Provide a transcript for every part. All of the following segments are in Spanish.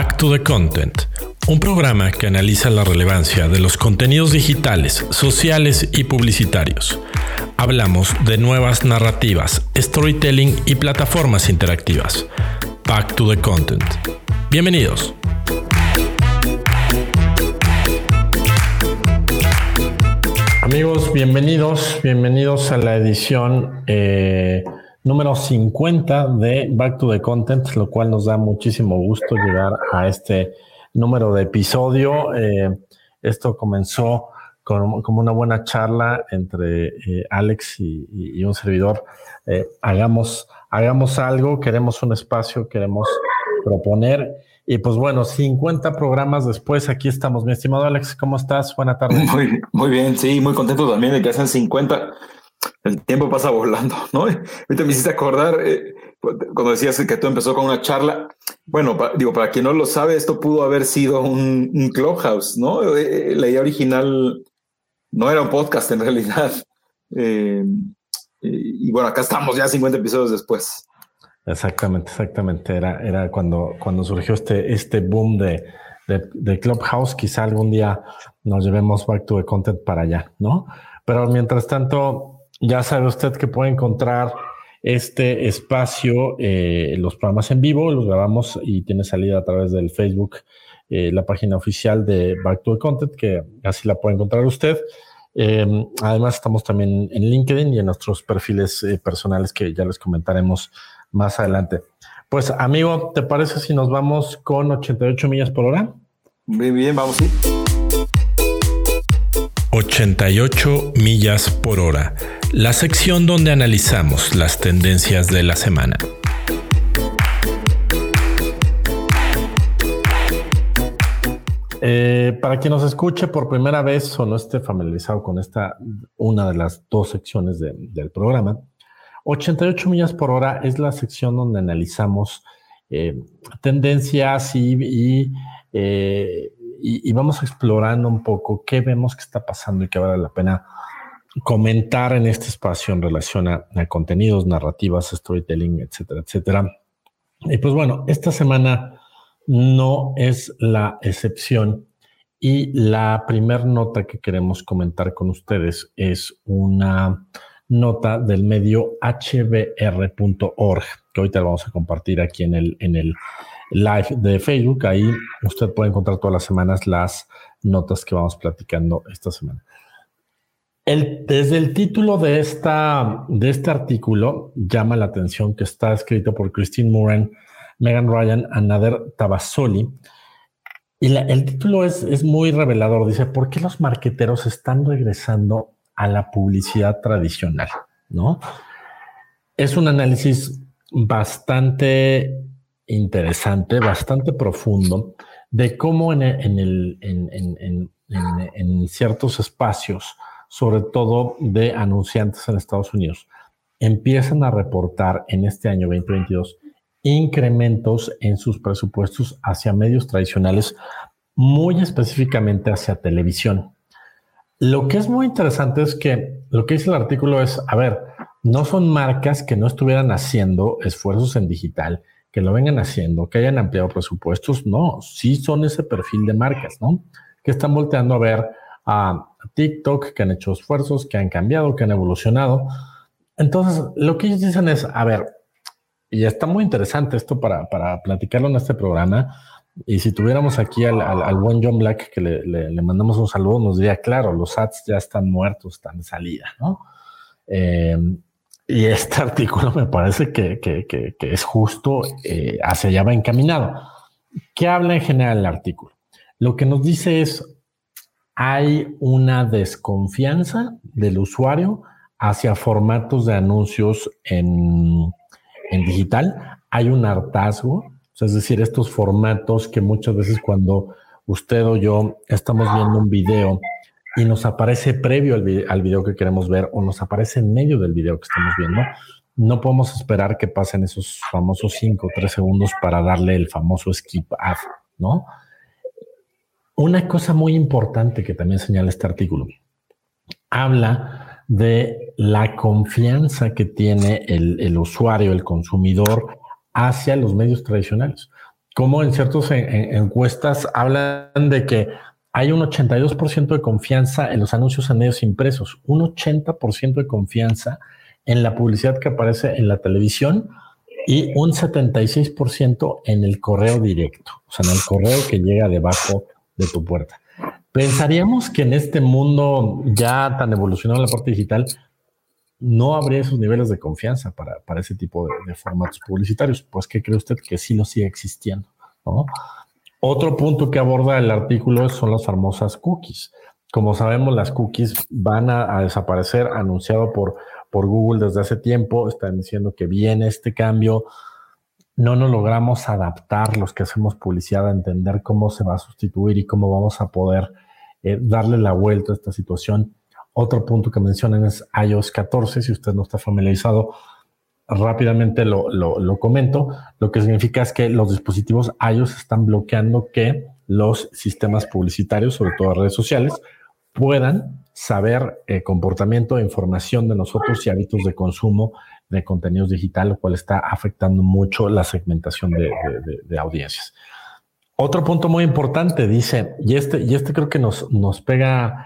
Back to the Content, un programa que analiza la relevancia de los contenidos digitales, sociales y publicitarios. Hablamos de nuevas narrativas, storytelling y plataformas interactivas. Back to the Content. Bienvenidos. Amigos, bienvenidos a la edición número 50 de Back to the Content, lo cual nos da muchísimo gusto llegar a este número de episodio. Esto comenzó como una buena charla entre Alex y un servidor. Hagamos algo, queremos un espacio, queremos proponer. Y pues bueno, 50 programas después, aquí estamos. Mi estimado Alex, ¿cómo estás? Buena tarde. Muy bien, sí, muy contento también de que hacen 50. El tiempo pasa volando, ¿no? Ahorita me hiciste acordar, cuando decías que tú empezó con una charla. Bueno, para quien no lo sabe, esto pudo haber sido un Clubhouse, ¿no? La idea original no era un podcast en realidad. Y bueno, acá estamos ya 50 episodios después. Exactamente. Era cuando surgió este boom de Clubhouse. Quizá algún día nos llevemos Back to the Content para allá, ¿no? Pero mientras tanto, ya sabe usted que puede encontrar este espacio, los programas en vivo, los grabamos y tiene salida a través del Facebook, la página oficial de Back to the Content, que así la puede encontrar usted. Además, estamos también en LinkedIn y en nuestros perfiles personales que ya les comentaremos más adelante. Pues, amigo, ¿te parece si nos vamos con 88 millas por hora? Bien, vamos, sí. 88 millas por hora, la sección donde analizamos las tendencias de la semana. Para quien nos escuche por primera vez o no esté familiarizado con una de las dos secciones del programa, 88 millas por hora es la sección donde analizamos tendencias y vamos explorando un poco qué vemos que está pasando y que vale la pena comentar en este espacio en relación a contenidos, narrativas, storytelling, etcétera, etcétera. Y pues bueno, esta semana no es la excepción y la primer nota que queremos comentar con ustedes es una nota del medio hbr.org, que ahorita lo vamos a compartir aquí en el live de Facebook. Ahí usted puede encontrar todas las semanas las notas que vamos platicando esta semana. Desde el título de este artículo llama la atención que está escrito por Christine Moran, Megan Ryan y Nader Tabassoli. Y el título es muy revelador. Dice, ¿por qué los marqueteros están regresando a la publicidad tradicional? ¿No? Es un análisis bastante interesante, bastante profundo, de cómo en ciertos espacios, sobre todo de anunciantes en Estados Unidos, empiezan a reportar en este año 2022 incrementos en sus presupuestos hacia medios tradicionales, muy específicamente hacia televisión. Lo que es muy interesante es que lo que dice el artículo es, no son marcas que no estuvieran haciendo esfuerzos en digital, que lo vengan haciendo, que hayan ampliado presupuestos. No, sí son ese perfil de marcas, ¿no? Que están volteando a ver a TikTok, que han hecho esfuerzos, que han cambiado, que han evolucionado. Entonces, lo que ellos dicen es, y está muy interesante esto para platicarlo en este programa. Y si tuviéramos aquí al buen John Black, que le mandamos un saludo, nos diría, claro, los ads ya están muertos, están de salida, ¿no? Y este artículo me parece que es justo, hacia allá va encaminado. ¿Qué habla en general el artículo? Lo que nos dice es, hay una desconfianza del usuario hacia formatos de anuncios en digital. Hay un hartazgo, es decir, estos formatos que muchas veces cuando usted o yo estamos viendo un video y nos aparece previo al video que queremos ver o nos aparece en medio del video que estamos viendo, no podemos esperar que pasen esos famosos 5 o 3 segundos para darle el famoso skip ad, ¿no? Una cosa muy importante que también señala este artículo, habla de la confianza que tiene el usuario, el consumidor, hacia los medios tradicionales. como en ciertas encuestas hablan de que hay un 82% de confianza en los anuncios en medios impresos, un 80% de confianza en la publicidad que aparece en la televisión y un 76% en el correo directo, o sea, en el correo que llega debajo de tu puerta. Pensaríamos que en este mundo ya tan evolucionado en la parte digital no habría esos niveles de confianza para ese tipo de formatos publicitarios. Pues, ¿qué cree usted? Que sí lo sigue existiendo, ¿no? Otro punto que aborda el artículo son las famosas cookies. Como sabemos, las cookies van a desaparecer, anunciado por Google desde hace tiempo. Están diciendo que viene este cambio. No nos logramos adaptar los que hacemos publicidad a entender cómo se va a sustituir y cómo vamos a poder darle la vuelta a esta situación. Otro punto que mencionan es iOS 14. Si usted no está familiarizado, rápidamente lo comento. Lo que significa es que los dispositivos iOS están bloqueando que los sistemas publicitarios, sobre todo redes sociales, puedan saber comportamiento e información de nosotros y hábitos de consumo de contenidos digital, lo cual está afectando mucho la segmentación de audiencias. Otro punto muy importante, dice, y este creo que nos pega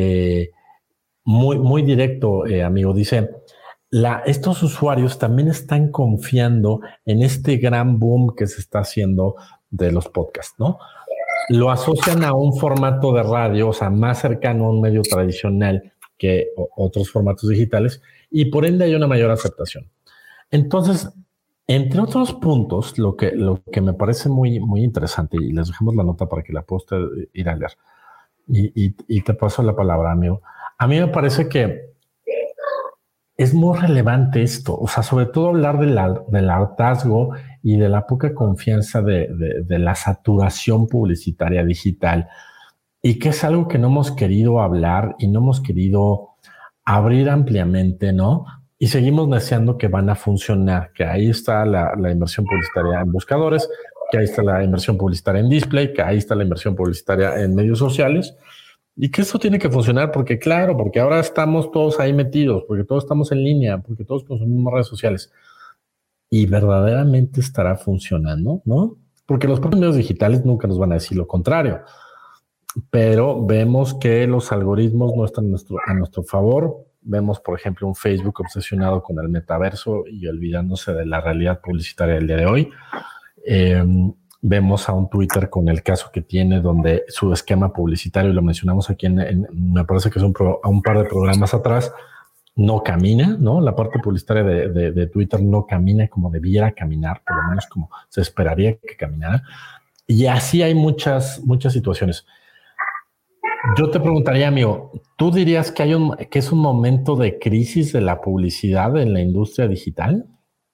muy directo, amigo, dice, estos usuarios también están confiando en este gran boom que se está haciendo de los podcasts, ¿no? Lo asocian a un formato de radio, o sea, más cercano a un medio tradicional que otros formatos digitales, y por ende hay una mayor aceptación. Entonces, entre otros puntos, lo que me parece muy interesante, y les dejamos la nota para que la pueda usted ir a leer, y te paso la palabra, amigo. A mí me parece que es muy relevante esto, o sea, sobre todo hablar del hartazgo y de la poca confianza de la saturación publicitaria digital, y que es algo que no hemos querido hablar y no hemos querido abrir ampliamente, ¿no? Y seguimos deseando que van a funcionar, que ahí está la inversión publicitaria en buscadores, que ahí está la inversión publicitaria en display, que ahí está la inversión publicitaria en medios sociales, y que esto tiene que funcionar porque, claro, porque ahora estamos todos ahí metidos, porque todos estamos en línea, porque todos consumimos redes sociales. Y verdaderamente estará funcionando, ¿no? Porque los propios medios digitales nunca nos van a decir lo contrario. Pero vemos que los algoritmos no están a nuestro favor. Vemos, por ejemplo, un Facebook obsesionado con el metaverso y olvidándose de la realidad publicitaria del día de hoy. Vemos a un Twitter con el caso que tiene, donde su esquema publicitario, lo mencionamos aquí me parece que es un par de programas atrás, no camina, ¿no? La parte publicitaria de Twitter no camina como debiera caminar, por lo menos como se esperaría que caminara. Y así hay muchas situaciones. Yo te preguntaría, amigo, ¿tú dirías que es un momento de crisis de la publicidad en la industria digital?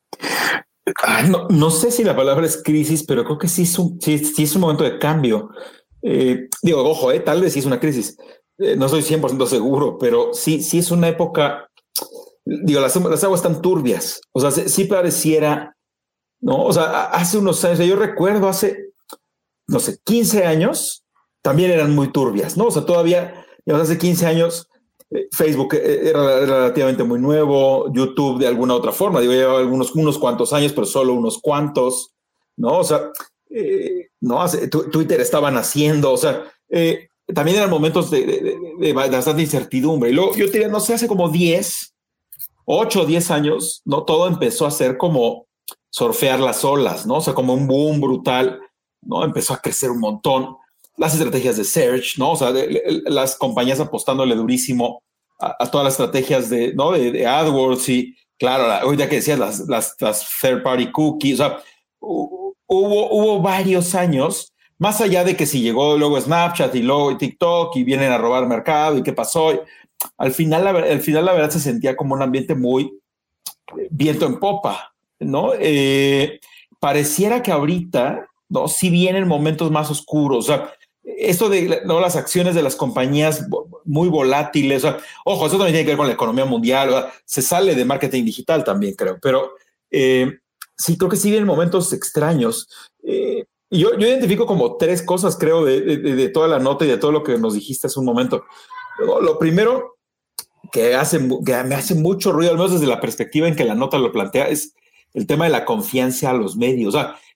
No sé si la palabra es crisis, pero creo que sí es un momento de cambio. Digo, ojo, tal vez sí es una crisis. No soy 100% seguro, pero sí es una época. Digo, las aguas están turbias. O sea, sí pareciera, ¿no? O sea, hace unos años, yo recuerdo no sé, 15 años, también eran muy turbias, ¿no? O sea, todavía, digamos, hace 15 años, Facebook era relativamente muy nuevo, YouTube de alguna otra forma, digo, llevaba unos cuantos años, pero solo unos cuantos, ¿no? O sea, no, Twitter estaba naciendo, o sea, también eran momentos de bastante incertidumbre. Y luego, yo diría, no sé, hace como 8 o 10 años, ¿no? Todo empezó a ser como surfear las olas, ¿no? O sea, como un boom brutal, ¿no? Empezó a crecer un montón. Las estrategias de search, ¿no? O sea, las compañías apostándole durísimo a todas las estrategias ¿no? de AdWords y, claro, ahorita que decías, las third party cookies, o sea, hubo varios años, más allá de que si llegó luego Snapchat y luego TikTok y vienen a robar mercado y qué pasó, al final la verdad se sentía como un ambiente muy viento en popa, ¿no? Pareciera que ahorita, ¿no? Sí vienen momentos más oscuros, o sea, esto de, ¿no? Las acciones de las compañías muy volátiles, o sea, ojo, eso también tiene que ver con la economía mundial, o sea, se sale de marketing digital también, creo, pero sí, creo que sí vienen momentos extraños. Yo identifico como 3 cosas, creo, de toda la nota y de todo lo que nos dijiste hace un momento. Lo primero que me hace mucho ruido, al menos desde la perspectiva en que la nota lo plantea, es el tema de la confianza a los medios. O sea,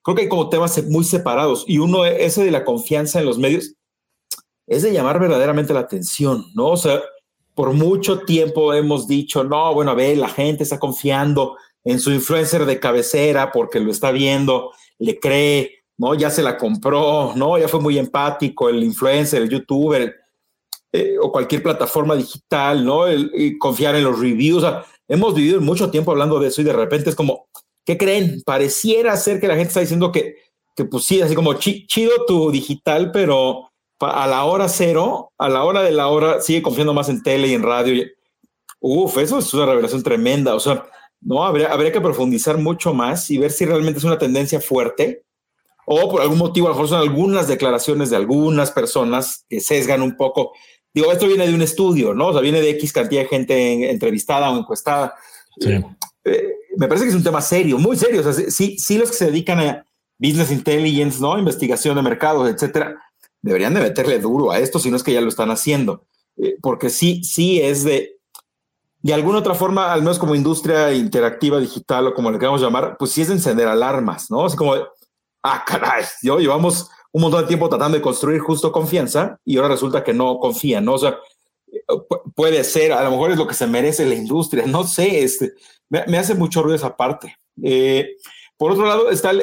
creo que hay como temas muy separados y uno, ese de la confianza en los medios, es de llamar verdaderamente la atención, ¿no? O sea, por mucho tiempo hemos dicho, no, bueno, a ver, la gente está confiando en su influencer de cabecera porque lo está viendo, le cree, ¿no? Ya se la compró, ¿no? Ya fue muy empático el influencer, el youtuber, o cualquier plataforma digital, ¿no? Confiar en los reviews. O sea, hemos vivido mucho tiempo hablando de eso y de repente es como, ¿qué creen? Pareciera ser que la gente está diciendo que pues sí, así como chido tu digital, pero a la hora cero, a la hora de la hora, sigue confiando más en tele y en radio. Uf, eso es una revelación tremenda. O sea, no, habría que profundizar mucho más y ver si realmente es una tendencia fuerte o por algún motivo a lo mejor son algunas declaraciones de algunas personas que sesgan un poco. Digo, esto viene de un estudio, ¿no? O sea, viene de X cantidad de gente entrevistada o encuestada. Sí. Me parece que es un tema serio, muy serio. O sea, sí los que se dedican a business intelligence, ¿no? Investigación de mercados, etcétera, deberían de meterle duro a esto, si no es que ya lo están haciendo. Porque sí es de alguna otra forma, al menos como industria interactiva digital o como le queramos llamar, pues sí es de encender alarmas, ¿no? Así como, caray, llevamos un montón de tiempo tratando de construir justo confianza y ahora resulta que no confían, ¿no? O sea, puede ser, a lo mejor es lo que se merece la industria, no sé, me hace mucho ruido esa parte. Por otro lado está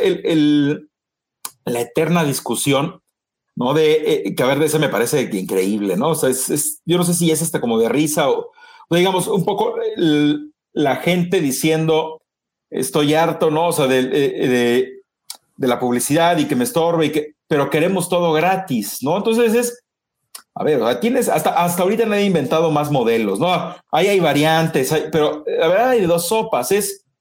la eterna discusión, ¿no? Que a ver, de ese me parece increíble, ¿no? O sea, yo no sé si es como de risa o digamos, un poco la gente diciendo, estoy harto, ¿no? O sea, de la publicidad y que me estorbe, pero queremos todo gratis, ¿no? Entonces a ver, o sea, tienes, hasta ahorita nadie ha inventado más modelos, ¿no? Ahí hay variantes, pero la verdad hay de dos sopas,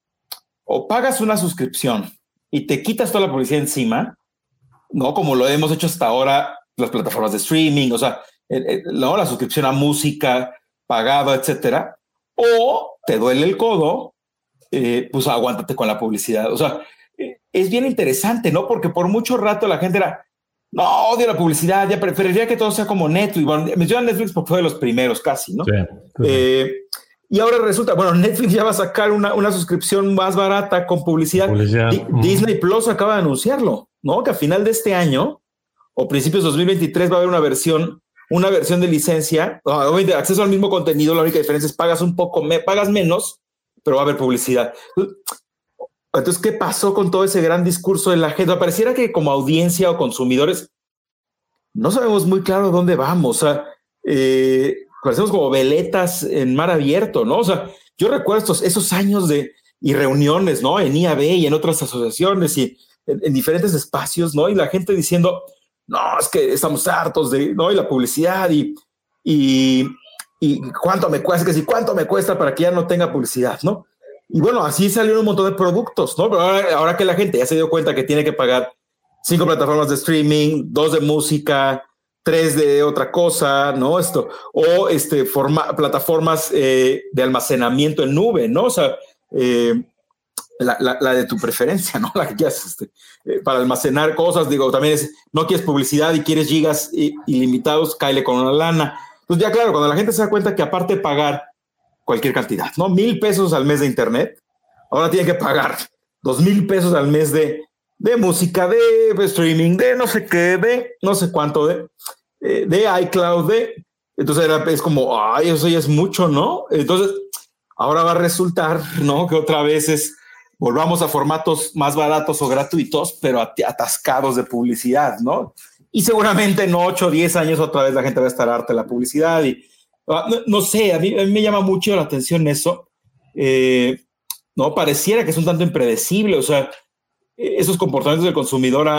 o pagas una suscripción y te quitas toda la publicidad encima, ¿no? Como lo hemos hecho hasta ahora las plataformas de streaming, o sea, ¿no? La suscripción a música pagada, etcétera, o te duele el codo, pues aguántate con la publicidad. O sea, es bien interesante, ¿no? Porque por mucho rato la gente era, no, odio la publicidad, ya preferiría que todo sea como Netflix. Bueno, mencionan Netflix porque fue de los primeros casi, ¿no? Sí. Y ahora resulta, bueno, Netflix ya va a sacar una suscripción más barata con publicidad. Disney Plus acaba de anunciarlo, ¿no? Que a final de este año o principios de 2023 va a haber una versión de licencia, obviamente acceso al mismo contenido, la única diferencia es pagas un poco, pagas menos, pero va a haber publicidad. Entonces, ¿qué pasó con todo ese gran discurso de la gente? Pareciera que como audiencia o consumidores no sabemos muy claro dónde vamos. O sea, parecemos como veletas en mar abierto, ¿no? O sea, yo recuerdo esos años y reuniones, ¿no? En IAB y en otras asociaciones y en diferentes espacios, ¿no? Y la gente diciendo, no, es que estamos hartos de, ¿no? Y la publicidad y cuánto me cuesta, que si cuánto me cuesta para que ya no tenga publicidad, ¿no? Y bueno, así salieron un montón de productos, ¿no? Pero ahora que la gente ya se dio cuenta que tiene que pagar 5 plataformas de streaming, 2 de música, 3 de otra cosa, ¿no? O plataformas de almacenamiento en nube, ¿no? O sea, la de tu preferencia, ¿no? La que quieras para almacenar cosas, digo, también no quieres publicidad y quieres gigas ilimitados, cáele con una lana. Entonces ya claro, cuando la gente se da cuenta que aparte de pagar cualquier cantidad, ¿no? $1,000 al mes de internet, ahora tiene que pagar $2,000 al mes de música, de streaming, de no sé qué, de no sé cuánto, de iCloud, entonces es como, ay, eso ya es mucho, ¿no? Entonces ahora va a resultar, ¿no? Que otra vez volvamos a formatos más baratos o gratuitos, pero atascados de publicidad, ¿no? Y seguramente en 8 o 10 años otra vez la gente va a estar harta de la publicidad y no sé, a mí me llama mucho la atención eso. No, pareciera que es un tanto impredecible, o sea, esos comportamientos del consumidor,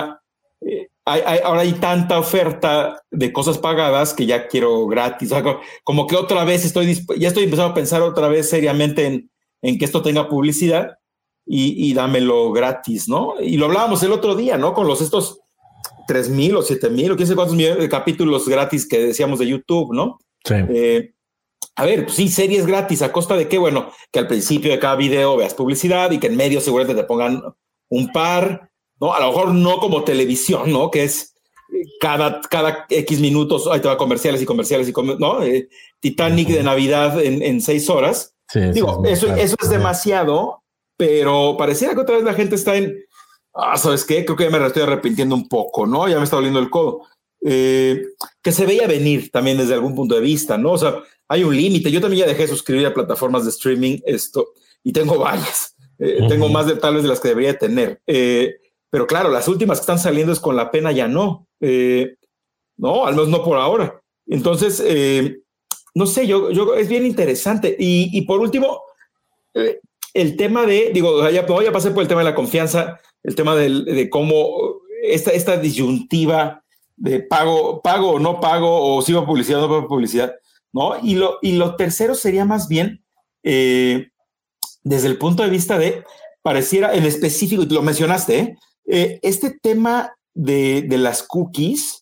ahora hay tanta oferta de cosas pagadas que ya quiero gratis, o sea, como que otra vez ya estoy empezando a pensar otra vez seriamente en que esto tenga publicidad y dámelo gratis, ¿no? Y lo hablábamos el otro día, ¿no? Con estos 3,000 o 7,000 o quién sé cuántos millones de capítulos gratis que decíamos de YouTube, ¿no? Sí. A ver, pues sí, series gratis, ¿a costa de qué? Bueno, que al principio de cada video veas publicidad y que en medio seguramente te pongan un par, ¿no? A lo mejor no como televisión, ¿no? Que es cada X minutos, ahí te va comerciales, ¿no? Titanic de Navidad en 6 horas. Sí, digo, eso es demasiado, pero pareciera que otra vez la gente está ¿Sabes qué? Creo que ya me estoy arrepintiendo un poco, ¿no? Ya me está doliendo el codo. Que se veía venir también desde algún punto de vista, ¿no? O sea, hay un límite. Yo también ya dejé de suscribir a plataformas de streaming y tengo varias. Tengo más de tal vez de las que debería tener. Pero claro, las últimas que están saliendo es con la pena ya no. No, al menos no por ahora. Entonces, no sé, yo es bien interesante. Y por último, el tema ya pasé por el tema de la confianza, el tema de cómo esta disyuntiva de pago o no pago, o sigo publicidad o no pago publicidad, ¿no? Y lo tercero sería más bien desde el punto de vista de, pareciera en específico, y lo mencionaste, este tema de las cookies,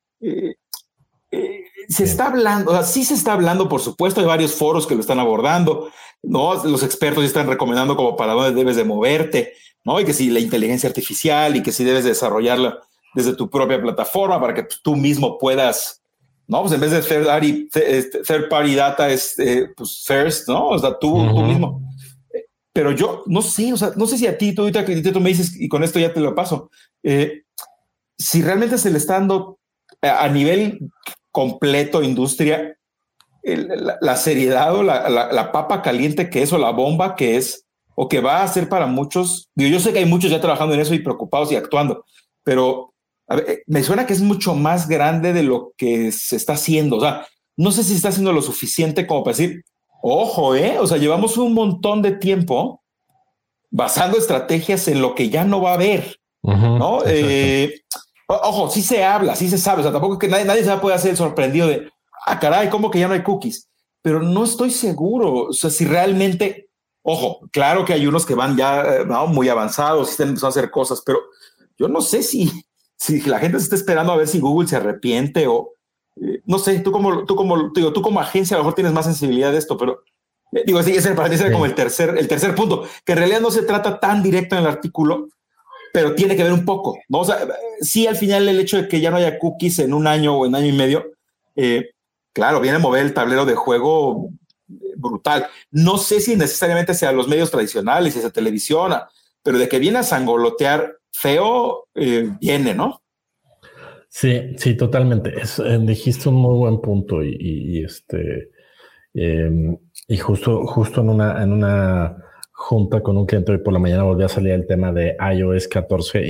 se está hablando, o sea, sí se está hablando, por supuesto, hay varios foros que lo están abordando, ¿no? Los expertos están recomendando como para dónde debes de moverte, ¿no? Y que si la inteligencia artificial y que si debes de desarrollarla desde tu propia plataforma para que tú mismo puedas, ¿no? Pues en vez de third party data es pues first, ¿no? O sea, tú mismo. Pero yo no sé, o sea, no sé si a ti, tú me dices, y con esto ya te lo paso, si realmente se le está dando a nivel completo industria la seriedad o la papa caliente que es, o la bomba que es, o que va a ser para muchos. Yo sé que hay muchos ya trabajando en eso y preocupados y actuando, pero a ver, me suena que es mucho más grande de lo que se está haciendo. O sea, no sé si se está haciendo lo suficiente como para decir, ojo, o sea, llevamos un montón de tiempo basando estrategias en lo que ya no va a haber, ¿no? Ojo, sí se habla, sí se sabe, o sea, tampoco es que nadie se va a poder hacer el sorprendido de, caray, ¿cómo que ya no hay cookies? Pero no estoy seguro, o sea, si realmente, ojo, claro que hay unos que van ya muy avanzados y están empezando a hacer cosas, pero yo no sé si la gente se está esperando a ver si Google se arrepiente o no sé, tú como agencia a lo mejor tienes más sensibilidad de esto, pero sí, ese para mí es como el tercer punto, que en realidad no se trata tan directo en el artículo, pero tiene que ver un poco, ¿no? O sea, sí, al final el hecho de que ya no haya cookies en un año o en año y medio, claro, viene a mover el tablero de juego brutal. No sé si necesariamente sea los medios tradicionales, si se televisiona, pero de que viene a sangolotear feo, viene, ¿no? Sí, totalmente. Dijiste un muy buen punto y justo en una junta con un cliente hoy por la mañana volvió a salir el tema de iOS 14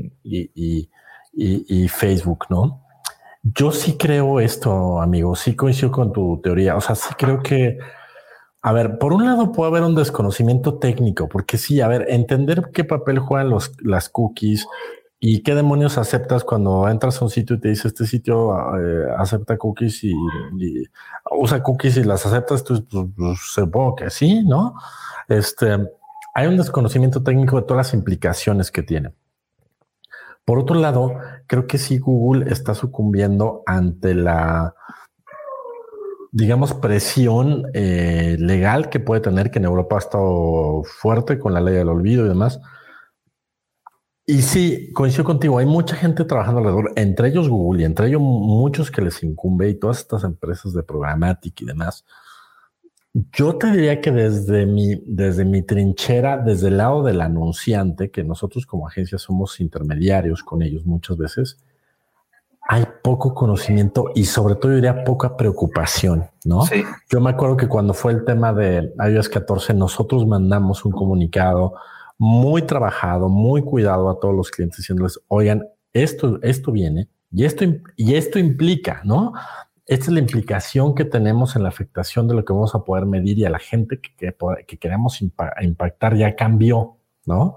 y Facebook, ¿no? Yo sí creo esto, amigo, sí coincido con tu teoría. O sea, sí creo que, a ver, por un lado puede haber un desconocimiento técnico, porque sí, a ver, entender qué papel juegan las cookies y qué demonios aceptas cuando entras a un sitio y te dice este sitio acepta cookies y usa cookies y las aceptas, tú pues, supongo que sí, ¿no? Hay un desconocimiento técnico de todas las implicaciones que tiene. Por otro lado, creo que sí Google está sucumbiendo ante la, digamos, presión legal que puede tener, que en Europa ha estado fuerte con la ley del olvido y demás. Y sí, coincido contigo, hay mucha gente trabajando alrededor, entre ellos Google y entre ellos muchos que les incumbe y todas estas empresas de programática y demás. Yo te diría que desde mi trinchera, desde el lado del anunciante, que nosotros como agencia somos intermediarios con ellos muchas veces, hay poco conocimiento y sobre todo yo diría poca preocupación, ¿no? Sí. Yo me acuerdo que cuando fue el tema de iOS 14, nosotros mandamos un comunicado muy trabajado, muy cuidado a todos los clientes diciéndoles, oigan, esto viene y esto implica, ¿no? Esta es la implicación que tenemos en la afectación de lo que vamos a poder medir y a la gente que queremos impactar ya cambió, ¿no?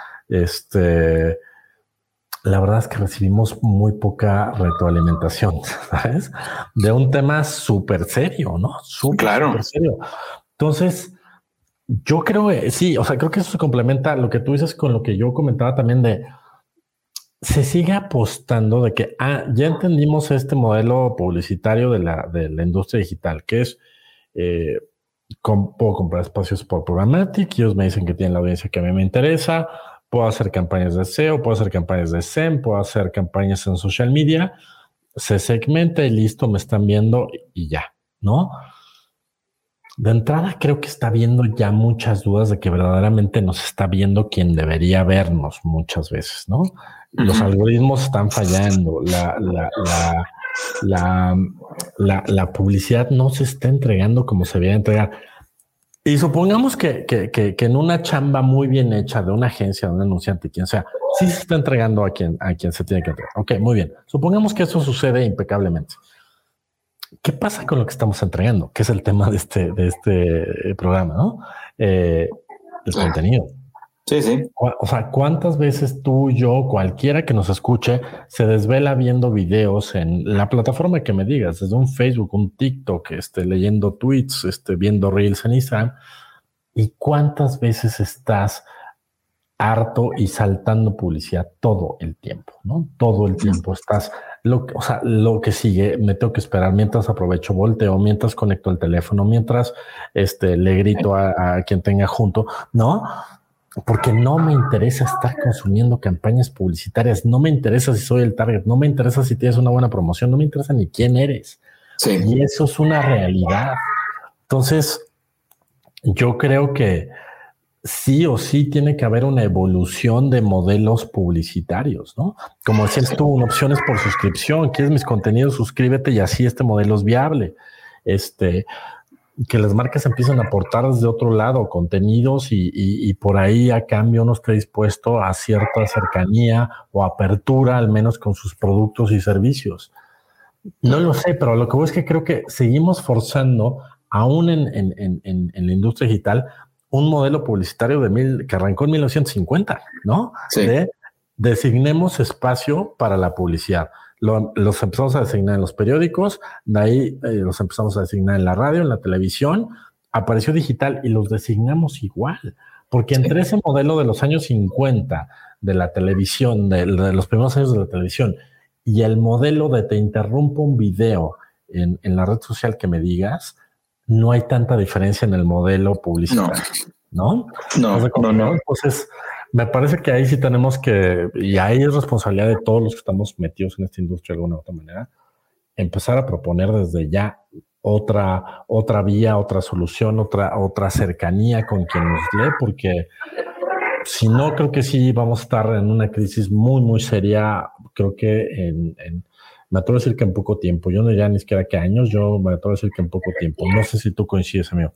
La verdad es que recibimos muy poca retroalimentación, ¿sabes? De un tema súper serio, ¿no? Súper serio. Entonces, yo creo, sí, o sea, creo que eso se complementa lo que tú dices con lo que yo comentaba también de se sigue apostando de que ya entendimos este modelo publicitario de la industria digital, que es puedo comprar espacios por programmatic, ellos me dicen que tienen la audiencia que a mí me interesa, puedo hacer campañas de SEO, puedo hacer campañas de SEM, puedo hacer campañas en social media, se segmenta y listo, me están viendo y ya, ¿no? De entrada, creo que está habiendo ya muchas dudas de que verdaderamente nos está viendo quien debería vernos muchas veces, ¿no? Los algoritmos están fallando, la publicidad no se está entregando como se debía entregar. Y supongamos que en una chamba muy bien hecha de una agencia, de un anunciante, quien sea, sí se está entregando a quien se tiene que entregar. Ok, muy bien. Supongamos que eso sucede impecablemente. ¿Qué pasa con lo que estamos entregando? Que es el tema de este programa, ¿no? El contenido. Sí, sí. O sea, ¿cuántas veces tú, yo, cualquiera que nos escuche, se desvela viendo videos en la plataforma que me digas, desde un Facebook, un TikTok, leyendo tweets, viendo reels en Instagram? ¿Y cuántas veces estás harto y saltando publicidad todo el tiempo, ¿no? Todo el tiempo estás, lo que sigue, me tengo que esperar mientras aprovecho, volteo, mientras conecto el teléfono, mientras le grito a quien tenga junto, ¿no? Porque no me interesa estar consumiendo campañas publicitarias, no me interesa si soy el target, no me interesa si tienes una buena promoción, no me interesa ni quién eres. Sí. Y eso es una realidad. Entonces, yo creo que sí o sí tiene que haber una evolución de modelos publicitarios, ¿no? Como decías tú, opciones por suscripción, quieres mis contenidos, suscríbete y así este modelo es viable. Que las marcas empiezan a aportar desde otro lado contenidos y por ahí a cambio uno esté dispuesto a cierta cercanía o apertura, al menos con sus productos y servicios. No lo sé, pero lo que voy es que creo que seguimos forzando, aún en la industria digital, un modelo publicitario que arrancó en 1950, ¿no? Sí. Designemos espacio para la publicidad. Los empezamos a designar en los periódicos, de ahí los empezamos a designar en la radio, en la televisión, apareció digital y los designamos igual, porque entre ese modelo de los años 50 de la televisión, de los primeros años de la televisión, y el modelo de te interrumpo un video en la red social que me digas, no hay tanta diferencia en el modelo publicitario, ¿no? No. Entonces, me parece que ahí sí tenemos que, y ahí es responsabilidad de todos los que estamos metidos en esta industria de alguna u otra manera, empezar a proponer desde ya otra vía, otra solución, otra cercanía con quien nos lee, porque si no, creo que sí vamos a estar en una crisis muy, muy seria. Creo que me atrevo a decir que en poco tiempo, yo no diría ni siquiera que años, yo me atrevo a decir que en poco tiempo. No sé si tú coincides, amigo.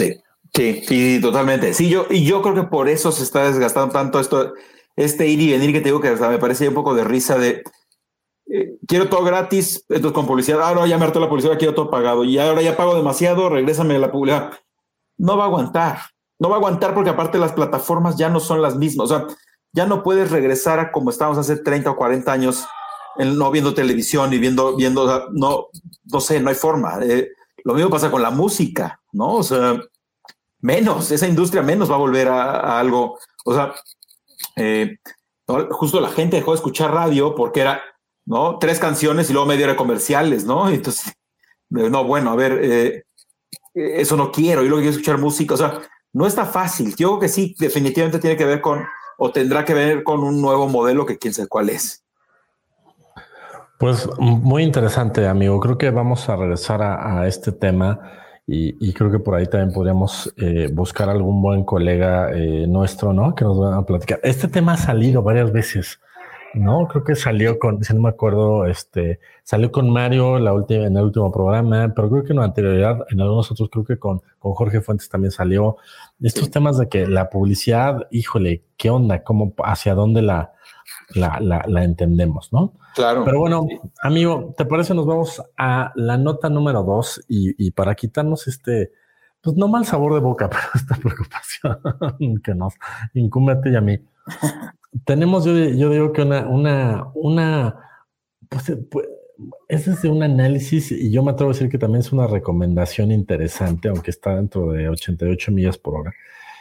Sí, totalmente. Sí, yo creo que por eso se está desgastando tanto este ir y venir que te digo que me parece un poco de risa de quiero todo gratis, entonces con publicidad, no, ya me hartó la publicidad, quiero todo pagado y ahora ya pago demasiado, regrésame la publicidad. No va a aguantar porque aparte las plataformas ya no son las mismas, o sea, ya no puedes regresar a como estábamos hace 30 o 40 años, no viendo televisión y viendo no sé, no hay forma. Lo mismo pasa con la música, ¿no? O sea, esa industria menos va a volver a algo, o sea, justo la gente dejó de escuchar radio porque era, ¿no? 3 canciones y luego media hora de comerciales, ¿no? Entonces, no, bueno, a ver, eso no quiero, yo lo que quiero es escuchar música, o sea, no está fácil. Yo creo que sí, definitivamente tiene que ver o tendrá que ver con un nuevo modelo que quién sabe cuál es. Pues muy interesante, amigo. Creo que vamos a regresar a este tema y creo que por ahí también podríamos buscar algún buen colega nuestro, ¿no? Que nos va a platicar. Este tema ha salido varias veces, ¿no? Creo que salió si no me acuerdo, salió con Mario en el último programa, pero creo que en la anterioridad, en algunos otros, creo que con Jorge Fuentes también salió. Estos temas de que la publicidad, híjole, ¿qué onda? ¿Cómo, hacia dónde la entendemos, ¿no? Claro. Pero bueno, amigo, ¿te parece? Nos vamos a la nota número 2 y para quitarnos pues no mal sabor de boca, pero esta preocupación que nos incumbe a ti y a mí. Tenemos, yo digo que pues, es desde un análisis y yo me atrevo a decir que también es una recomendación interesante, aunque está dentro de 88 millas por hora.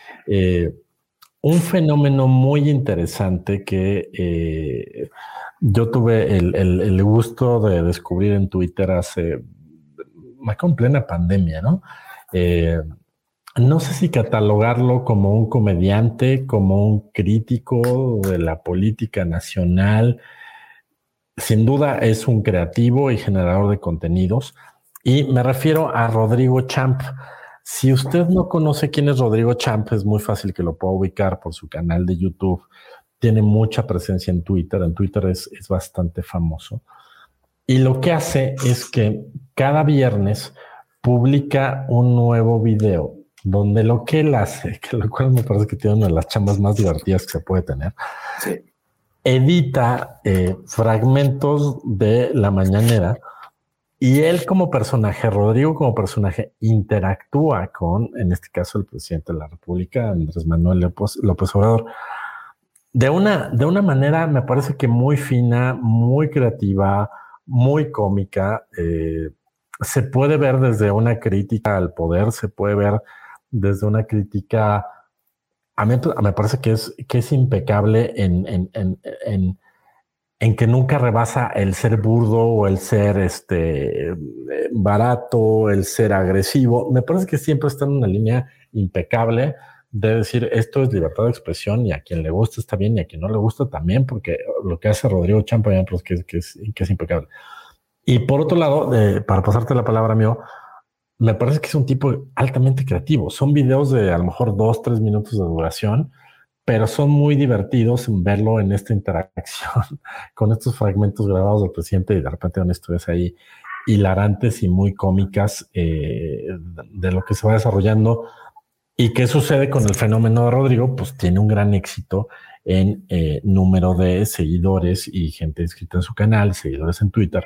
Un fenómeno muy interesante que yo tuve el gusto de descubrir en Twitter en plena pandemia, ¿no? No sé si catalogarlo como un comediante, como un crítico de la política nacional. Sin duda es un creativo y generador de contenidos. Y me refiero a Rodrigo Champ. Si usted no conoce quién es Rodrigo Champ, es muy fácil que lo pueda ubicar por su canal de YouTube. Tiene mucha presencia en Twitter. En Twitter es bastante famoso. Y lo que hace es que cada viernes publica un nuevo video donde lo que él hace, que lo cual me parece que tiene una de las chambas más divertidas que se puede tener, Sí. edita fragmentos de la mañanera y él como personaje, Rodrigo como personaje, interactúa con, en este caso, el presidente de la República, Andrés Manuel López Obrador, de una manera, me parece que muy fina, muy creativa, muy cómica. Se puede ver desde una crítica al poder, se puede ver desde una crítica. A mí me parece que es impecable en que nunca rebasa el ser burdo o el ser barato, el ser agresivo. Me parece que siempre está en una línea impecable de decir esto es libertad de expresión y a quien le gusta está bien y a quien no le gusta también, porque lo que hace Rodrigo Champa que es impecable. Y por otro lado, para pasarte la palabra, amigo, me parece que es un tipo altamente creativo. Son videos de a lo mejor 2-3 minutos de duración, pero son muy divertidos en verlo en esta interacción con estos fragmentos grabados del presidente y de repente una historias ahí hilarantes y muy cómicas de lo que se va desarrollando. ¿Y qué sucede con el fenómeno de Rodrigo? Pues tiene un gran éxito en número de seguidores y gente inscrita en su canal, seguidores en Twitter,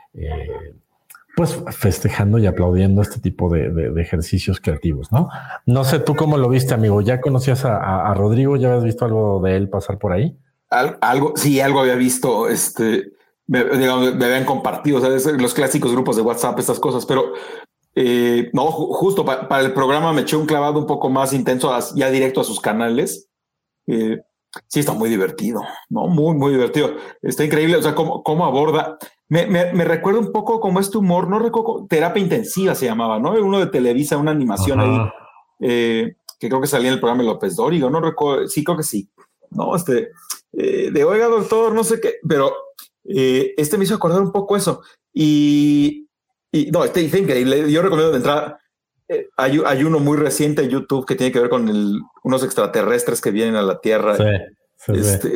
pues festejando y aplaudiendo este tipo de ejercicios creativos, ¿no? No sé tú cómo lo viste, amigo. ¿Ya conocías a Rodrigo? ¿Ya habías visto algo de él pasar por ahí? Algo había visto, digamos, me habían compartido, ¿sabes? Los clásicos grupos de WhatsApp, estas cosas, pero no, justo para el programa me eché un clavado un poco más intenso, ya directo a sus canales. Sí, está muy divertido, ¿no? Muy, muy divertido. Está increíble, o sea, cómo aborda. Me recuerda un poco como este humor, no recuerdo, Terapia Intensiva se llamaba, ¿no? Uno de Televisa, una animación ahí, que creo que salía en el programa de López Dóriga, no recuerdo, sí, creo que sí, ¿no? De oiga, doctor, no sé qué, pero me hizo acordar un poco eso. Y no, está increíble. Yo recomiendo de entrada. Hay uno muy reciente en YouTube que tiene que ver con unos extraterrestres que vienen a la Tierra. Sí.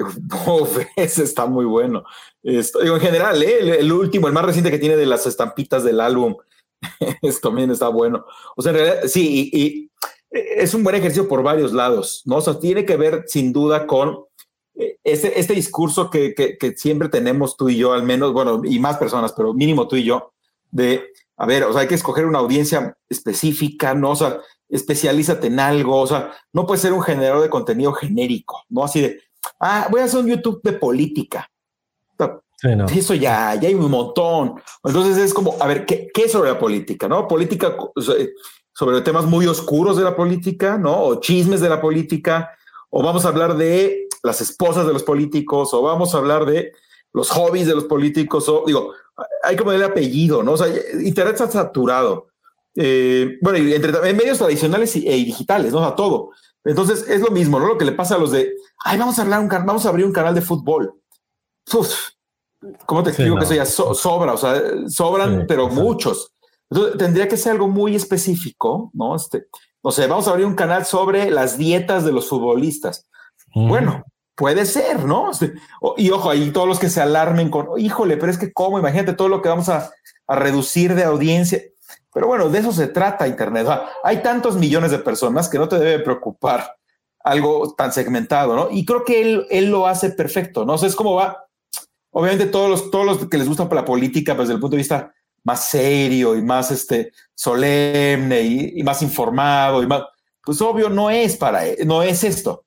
Ese está muy bueno. Digo, en general, el último, el más reciente que tiene de las estampitas del álbum, esto también está bueno. O sea, en realidad, sí, y es un buen ejercicio por varios lados, ¿no? O sea, tiene que ver sin duda con este discurso que siempre tenemos tú y yo, al menos, bueno, y más personas, pero mínimo tú y yo, a ver, o sea, hay que escoger una audiencia específica, ¿no? O sea, especialízate en algo, o sea, no puedes ser un generador de contenido genérico, ¿no? Así de, voy a hacer un YouTube de política. Sí, no. Eso ya hay un montón. Entonces es como, a ver, ¿qué es sobre la política, no? Política, sobre temas muy oscuros de la política, ¿no? O chismes de la política, o vamos a hablar de las esposas de los políticos, o vamos a hablar de los hobbies de los políticos, o digo, hay como el apellido, ¿no? O sea, Internet está saturado. Bueno, y en medios tradicionales y digitales, ¿no? O sea, todo. Entonces es lo mismo, ¿no? Lo que le pasa a los de, vamos a abrir un canal de fútbol. Uf, ¿cómo te explico que eso ya sobra? O sea, sobran, pero muchos. Entonces tendría que ser algo muy específico, ¿no? O sea, vamos a abrir un canal sobre las dietas de los futbolistas. Bueno, puede ser, ¿no? Y ojo, ahí todos los que se alarmen con, híjole, pero es que cómo, imagínate todo lo que vamos a reducir de audiencia. Pero bueno, de eso se trata Internet. O sea, hay tantos millones de personas que no te debe preocupar algo tan segmentado, ¿no? Y creo que él lo hace perfecto, ¿no? O sea, es como va. Obviamente todos los que les gusta la política, pues desde el punto de vista más serio y más solemne y más informado y más, pues obvio no es esto.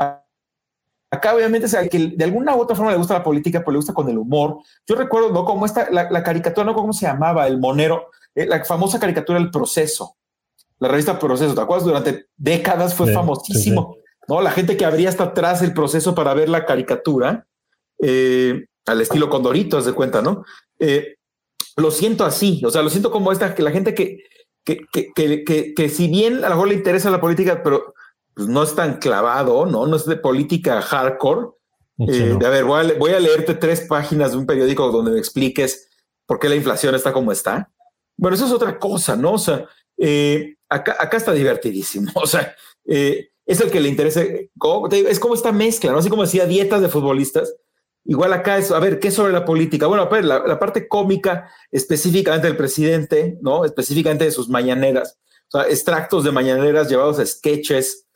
Acá obviamente, o sea, que de alguna u otra forma le gusta la política, pero le gusta con el humor. Yo recuerdo, ¿no? Como la caricatura, no cómo se llamaba, el monero, la famosa caricatura El Proceso, la revista Proceso, ¿te acuerdas? Durante décadas fue famosísimo, sí. ¿No? La gente que abría hasta atrás el proceso para ver la caricatura, al estilo Condorito, haz de cuenta, ¿no? Lo siento así, o sea, lo siento como que la gente que si bien a lo mejor le interesa la política, pero pues no es tan clavado, no es de política hardcore. No. A ver, voy a leerte 3 páginas de un periódico donde me expliques por qué la inflación está como está. Bueno, eso es otra cosa, ¿no? O sea, acá está divertidísimo. O sea, es el que le interesa. Es como esta mezcla, ¿no? Así como decía, dietas de futbolistas. Igual acá es, a ver, ¿qué es sobre la política? Bueno, a ver, la parte cómica específicamente del presidente, ¿no? Específicamente de sus mañaneras. O sea, extractos de mañaneras llevados a sketches.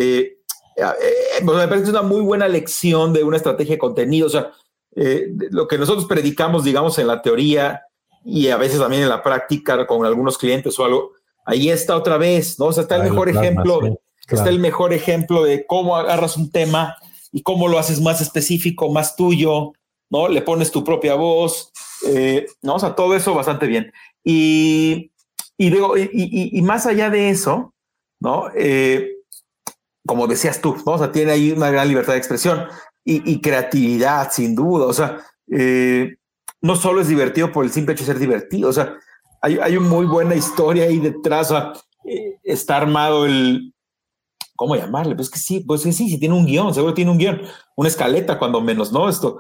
Me parece que es una muy buena lección de una estrategia de contenido. O sea, lo que nosotros predicamos, digamos, en la teoría y a veces también en la práctica con algunos clientes o algo, ahí está otra vez, ¿no? O sea, está el mejor ejemplo, sí, claro. Está el mejor ejemplo de cómo agarras un tema y cómo lo haces más específico, más tuyo, ¿no? Le pones tu propia voz, ¿no? O sea, todo eso bastante bien. Y más allá de eso, ¿no? Como decías tú, ¿no? O sea, tiene ahí una gran libertad de expresión y creatividad, sin duda. O sea, no solo es divertido por el simple hecho de ser divertido. O sea, hay una muy buena historia ahí detrás. O sea, está armado ¿cómo llamarle? Pues que sí, tiene un guión, seguro tiene un guión, una escaleta cuando menos, ¿no? Esto,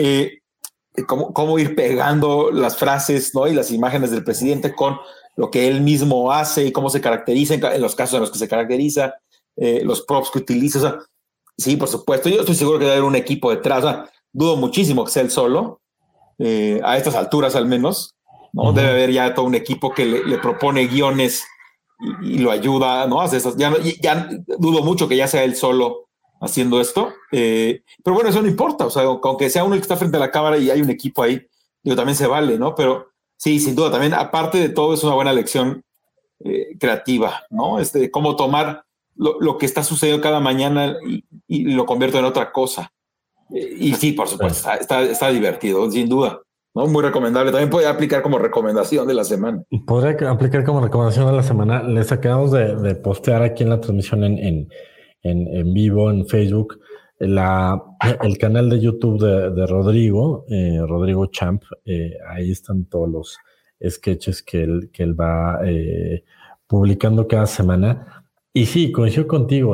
cómo ir pegando las frases, ¿no? Y las imágenes del presidente con lo que él mismo hace y cómo se caracteriza en los casos en los que se caracteriza, los props que utiliza. O sea, sí, por supuesto, yo estoy seguro que debe haber un equipo detrás. O sea, dudo muchísimo que sea él solo, a estas alturas al menos, ¿no? Uh-huh. Debe haber ya todo un equipo que le propone guiones y lo ayuda, ¿no? Ya dudo mucho que ya sea él solo haciendo esto, pero bueno, eso no importa. O sea, aunque sea uno el que está frente a la cámara y hay un equipo ahí, digo, también se vale, ¿no? Pero sí, sin duda, también, aparte de todo, es una buena lección creativa, ¿no? Cómo tomar lo que está sucediendo cada mañana y lo convierto en otra cosa. Y sí, por supuesto, está divertido, sin duda, ¿no? Muy recomendable. También puede aplicar como recomendación de la semana. Podría aplicar como recomendación de la semana. Les acabamos de postear aquí en la transmisión en vivo, en Facebook, el canal de YouTube de Rodrigo, Rodrigo Champ. Ahí están todos los sketches que él va publicando cada semana. Y sí, coincido contigo,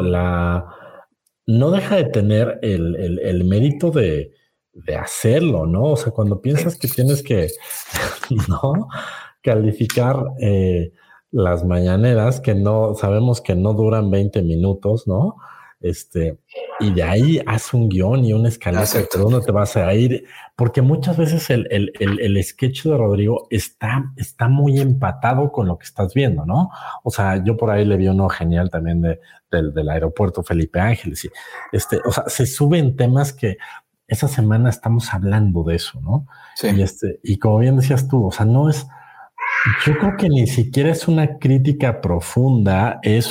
no deja de tener el mérito de hacerlo, ¿no? O sea, cuando piensas que tienes que, ¿no? Calificar las mañaneras, que no, sabemos que no duran 20 minutos, ¿no? Y de ahí haz un guión y una escaleta por dónde te vas a ir, porque muchas veces el sketch de Rodrigo está muy empatado con lo que estás viendo, ¿no? O sea, yo por ahí le vi uno genial también del aeropuerto Felipe Ángeles, y o sea, se suben temas que esa semana estamos hablando de eso, ¿no? Sí. Y como bien decías tú, o sea, no es, yo creo que ni siquiera es una crítica profunda, es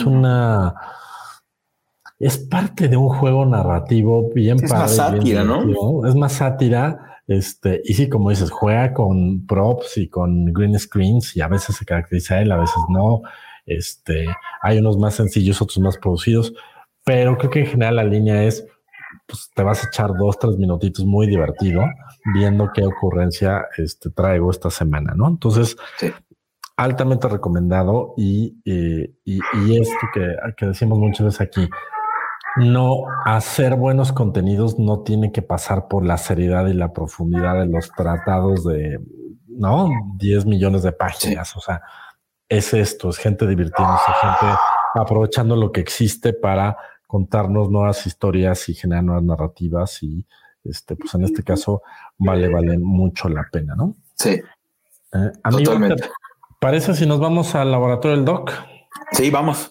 parte de un juego narrativo bien padre. Es más sátira, ¿no? Es más sátira, y sí, como dices, juega con props y con green screens y a veces se caracteriza él, a veces no. Hay unos más sencillos, otros más producidos, pero creo que en general la línea es, pues te vas a echar 2-3 minutitos muy divertido viendo qué ocurrencia traigo esta semana, ¿no? Entonces, sí, altamente recomendado y esto que decimos muchas veces aquí, no hacer buenos contenidos no tiene que pasar por la seriedad y la profundidad de los tratados de, ¿no? 10 millones de páginas. Sí. O sea, es esto, es gente divirtiéndose, gente aprovechando lo que existe para contarnos nuevas historias y generar nuevas narrativas y pues en este caso vale mucho la pena, ¿no? Sí. Amigo, totalmente. ¿Te parece si nos vamos al laboratorio del Doc? Sí, vamos.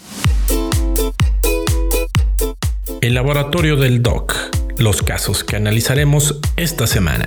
El laboratorio del Doc, los casos que analizaremos esta semana.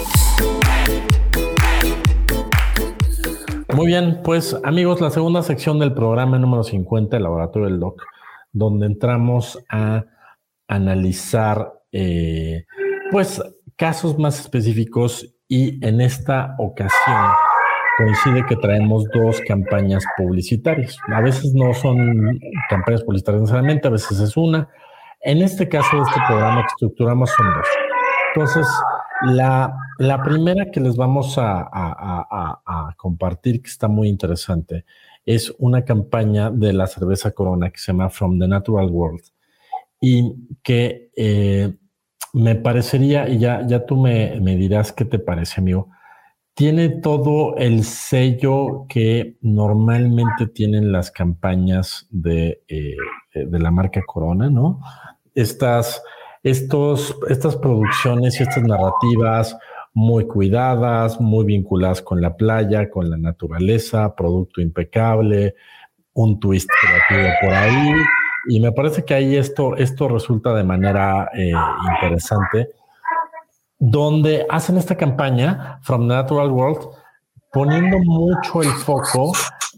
Muy bien, pues amigos, la segunda sección del programa número 50, el laboratorio del Doc, donde entramos a analizar pues casos más específicos, y en esta ocasión coincide que traemos 2 campañas publicitarias. A veces no son campañas publicitarias necesariamente, a veces es una. En este caso de este programa que estructuramos son 2. Entonces, la primera que les vamos a compartir, que está muy interesante, es una campaña de la cerveza Corona que se llama From the Natural World, y que me parecería, y ya tú me dirás qué te parece, amigo, tiene todo el sello que normalmente tienen las campañas de la marca Corona, ¿no? Estas producciones y estas narrativas muy cuidadas, muy vinculadas con la playa, con la naturaleza, producto impecable, un twist creativo por ahí. Y me parece que ahí esto resulta de manera interesante, donde hacen esta campaña From the Natural World, poniendo mucho el foco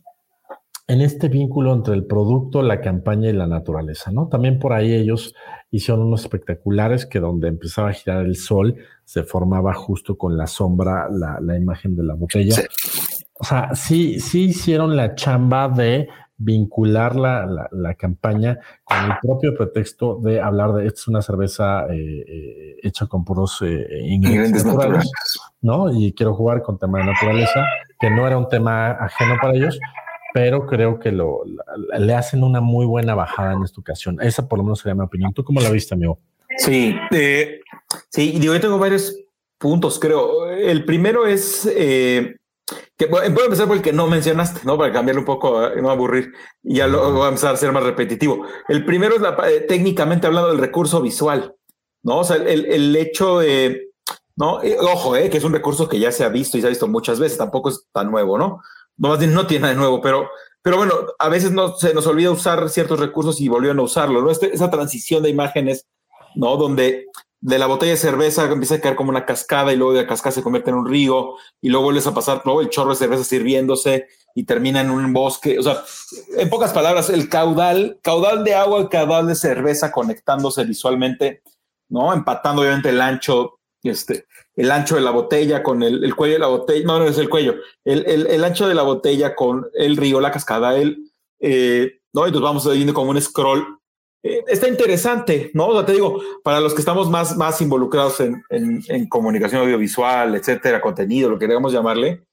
en este vínculo entre el producto, la campaña y la naturaleza, ¿no? También por ahí ellos hicieron unos espectaculares que donde empezaba a girar el sol se formaba justo con la sombra la imagen de la botella. Sí. O sea, sí hicieron la chamba de vincular la campaña con el propio pretexto de hablar de esto es una cerveza hecha con puros ingredientes naturales, ¿no? Y quiero jugar con tema de naturaleza, que no era un tema ajeno para ellos, pero creo que le hacen una muy buena bajada en esta ocasión. Esa por lo menos sería mi opinión. ¿Tú cómo la viste, amigo? Sí, digo, yo tengo varios puntos, creo. El primero es que puedo empezar por el que no mencionaste, ¿no? Para cambiarle un poco, no aburrir, y ya lo voy a empezar a ser más repetitivo. El primero es técnicamente hablando del recurso visual, ¿no? O sea, el hecho de, ¿no? Ojo, que es un recurso que ya se ha visto y se ha visto muchas veces, tampoco es tan nuevo, ¿no? No tiene nada de nuevo, pero bueno, a veces se nos olvida usar ciertos recursos y volvieron a usarlo, ¿no? Esa transición de imágenes, ¿no? Donde de la botella de cerveza empieza a caer como una cascada y luego de la cascada se convierte en un río y luego vuelves a pasar, ¿no? El chorro de cerveza sirviéndose y termina en un bosque. O sea, en pocas palabras, el caudal de agua, el caudal de cerveza conectándose visualmente, ¿no? Empatando obviamente el ancho de la botella con el cuello de la botella, no es el cuello, el ancho de la botella con el río, la cascada, ¿no? Y nos vamos viendo como un scroll. Está interesante, ¿no? O sea, te digo, para los que estamos más involucrados en comunicación audiovisual, etcétera, contenido, lo que queramos llamarle,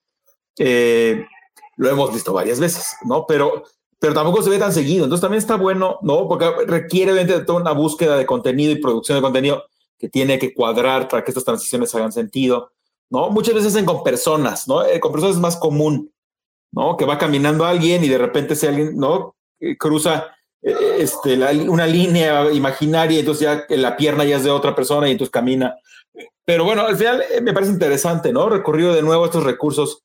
lo hemos visto varias veces, ¿no? Pero tampoco se ve tan seguido. Entonces también está bueno, ¿no? Porque requiere de toda una búsqueda de contenido y producción de contenido que tiene que cuadrar para que estas transiciones hagan sentido, ¿no? Muchas veces hacen con personas, ¿no? Con personas es más común, ¿no? Que va caminando alguien y de repente si alguien, ¿no? Cruza una línea imaginaria, entonces ya la pierna ya es de otra persona y entonces camina. Pero bueno, al final me parece interesante, ¿no? Recurrido de nuevo a estos recursos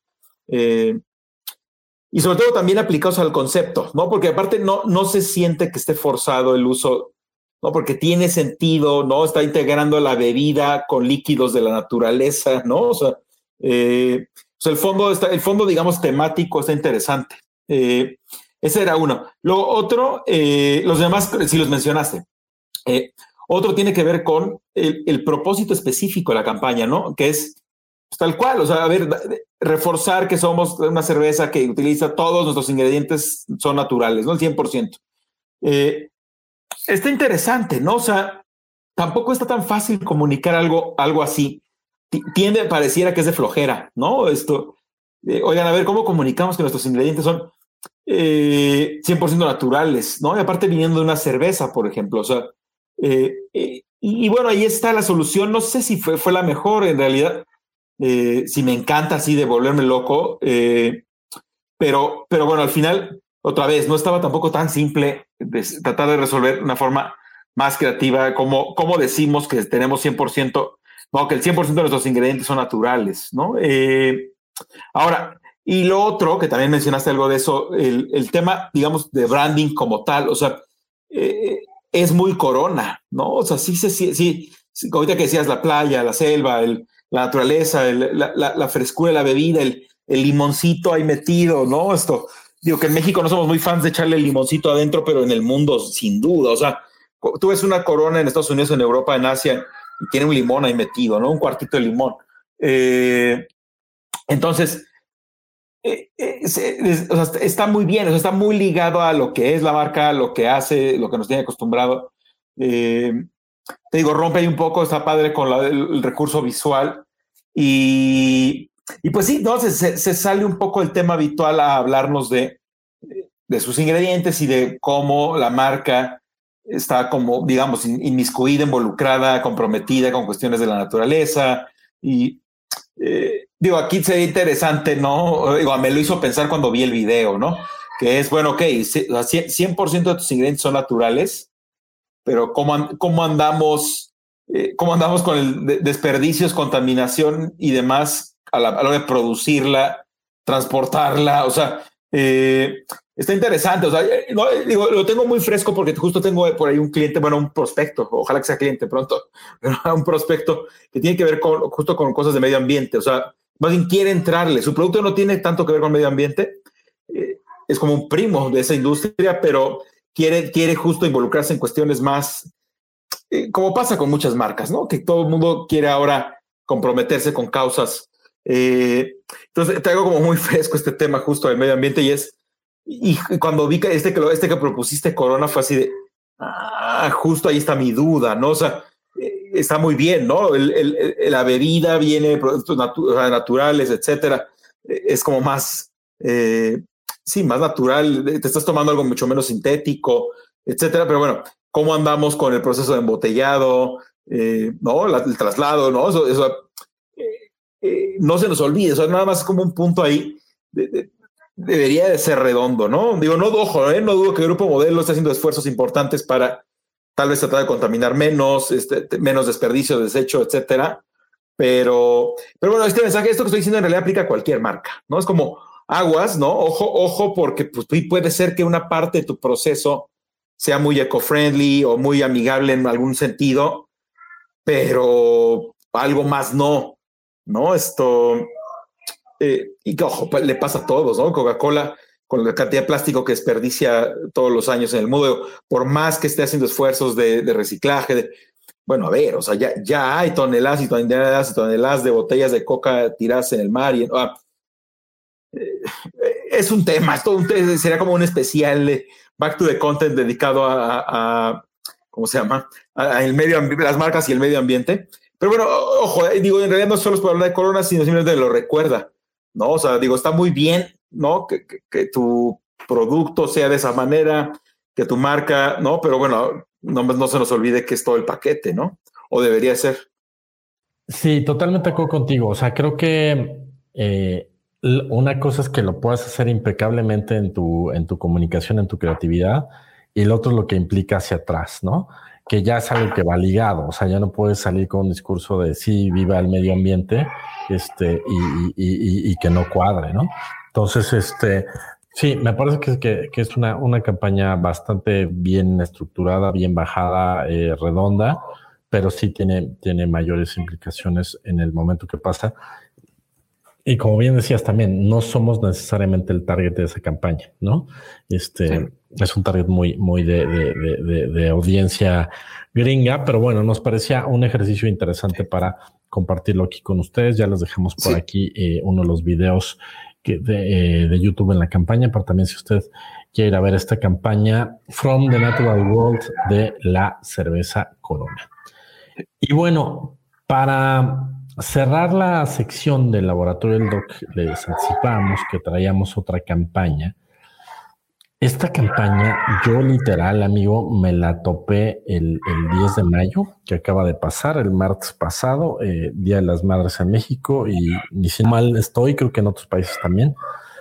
y sobre todo también aplicados al concepto, ¿no? Porque aparte no se siente que esté forzado el uso, ¿no? Porque tiene sentido, ¿no? Está integrando la bebida con líquidos de la naturaleza, ¿no? O sea, el fondo, digamos, temático está interesante. Ese era uno. Luego otro, los demás, si los mencionaste. Otro tiene que ver con el propósito específico de la campaña, ¿no? Que es tal cual, o sea, a ver, reforzar que somos una cerveza que utiliza todos nuestros ingredientes, son naturales, ¿no? El 100%. Está interesante, ¿no? O sea, tampoco está tan fácil comunicar algo así. Pareciera que es de flojera, ¿no? Oigan, a ver, ¿cómo comunicamos que nuestros ingredientes son 100% naturales, ¿no? Y aparte viniendo de una cerveza, por ejemplo, o sea, y bueno, ahí está la solución. No sé si fue la mejor en realidad, si me encanta así de volverme loco, pero bueno, al final, otra vez, no estaba tampoco tan simple tratar de resolver de una forma más creativa, como decimos que tenemos 100%, no, que el 100% de nuestros ingredientes son naturales, ¿no? Ahora, y lo otro, que también mencionaste algo de eso, el tema, digamos, de branding como tal, o sea, es muy Corona, ¿no? O sea, sí, ahorita que decías la playa, la selva, la naturaleza, la frescura de la bebida, el limoncito ahí metido, ¿no? Digo que en México no somos muy fans de echarle el limoncito adentro, pero en el mundo, sin duda, o sea, tú ves una Corona en Estados Unidos, en Europa, en Asia, y tiene un limón ahí metido, ¿no? Un cuartito de limón. Entonces, o sea, está muy bien, o sea, está muy ligado a lo que es la marca, lo que hace, lo que nos tiene acostumbrado. Te digo, rompe ahí un poco, está padre con el recurso visual y pues sí, no, se sale un poco el tema habitual a hablarnos de sus ingredientes y de cómo la marca está como, digamos, inmiscuida, involucrada, comprometida con cuestiones de la naturaleza y Digo, aquí sería interesante, ¿no? Digo, me lo hizo pensar cuando vi el video, ¿no? Que es, bueno, ok, 100% de tus ingredientes son naturales, pero ¿cómo andamos con el desperdicios, contaminación y demás a la hora de producirla, transportarla? O sea, está interesante. O sea, digo, lo tengo muy fresco porque justo tengo por ahí un cliente, bueno, un prospecto, ojalá que sea cliente pronto, pero un prospecto que tiene que ver justo con cosas de medio ambiente. O sea, más bien quiere entrarle. Su producto no tiene tanto que ver con medio ambiente. Es como un primo de esa industria, pero quiere justo involucrarse en cuestiones más, como pasa con muchas marcas, ¿no? Que todo el mundo quiere ahora comprometerse con causas. Entonces traigo como muy fresco este tema justo del medio ambiente y cuando vi que este que propusiste, Corona, fue así de, justo ahí está mi duda, ¿no? O sea, está muy bien, ¿no? La bebida viene de productos naturales, etcétera. Es como más... sí, más natural, te estás tomando algo mucho menos sintético, etcétera, pero bueno, ¿cómo andamos con el proceso de embotellado, ¿no? El traslado, ¿no? Eso no se nos olvide, o sea, nada más es como un punto ahí, debería de ser redondo, ¿no? Digo, no dudo que el Grupo Modelo esté haciendo esfuerzos importantes para tal vez tratar de contaminar menos, menos desperdicio, desecho, etcétera, pero bueno, este mensaje, esto que estoy diciendo en realidad aplica a cualquier marca, ¿no? Es como aguas, ¿no? Ojo, porque pues, puede ser que una parte de tu proceso sea muy eco-friendly o muy amigable en algún sentido, pero algo más no, ¿no? Y que, ojo, le pasa a todos, ¿no? Coca-Cola, con la cantidad de plástico que desperdicia todos los años en el mundo, por más que esté haciendo esfuerzos de reciclaje, bueno, a ver, o sea, ya hay toneladas y toneladas y toneladas de botellas de coca tiradas en el mar y es un tema, sería como un especial Back to the Content dedicado a ¿cómo se llama? A el medio ambiente, las marcas y el medio ambiente. Pero bueno, ojo, digo, en realidad no solo es por hablar de Corona, sino simplemente lo recuerda, ¿no? O sea, digo, está muy bien, ¿no? Que tu producto sea de esa manera, que tu marca, ¿no? Pero bueno, no se nos olvide que es todo el paquete, ¿no? O debería ser. Sí, totalmente de acuerdo contigo. O sea, creo que una cosa es que lo puedas hacer impecablemente en tu comunicación, en tu creatividad, y lo otro es lo que implica hacia atrás, ¿no? Que ya es algo que va ligado. O sea, ya no puedes salir con un discurso de sí, viva el medio ambiente, y que no cuadre, ¿no? Entonces, sí, me parece que es una campaña bastante bien estructurada, bien bajada, redonda, pero sí tiene mayores implicaciones en el momento que pasa. Y como bien decías también, no somos necesariamente el target de esa campaña, ¿no? Sí. Es un target muy de audiencia gringa, pero bueno, nos parecía un ejercicio interesante para compartirlo aquí con ustedes. Ya les dejamos por aquí uno de los videos de YouTube en la campaña, pero también si usted quiere ir a ver esta campaña From the Natural World de la cerveza Corona. Y bueno, para cerrar la sección del Laboratorio del Doc, les anticipamos que traíamos otra campaña. Esta campaña, yo literal, amigo, me la topé el 10 de mayo, que acaba de pasar, el martes pasado, Día de las Madres en México, y ni si mal estoy, creo que en otros países también.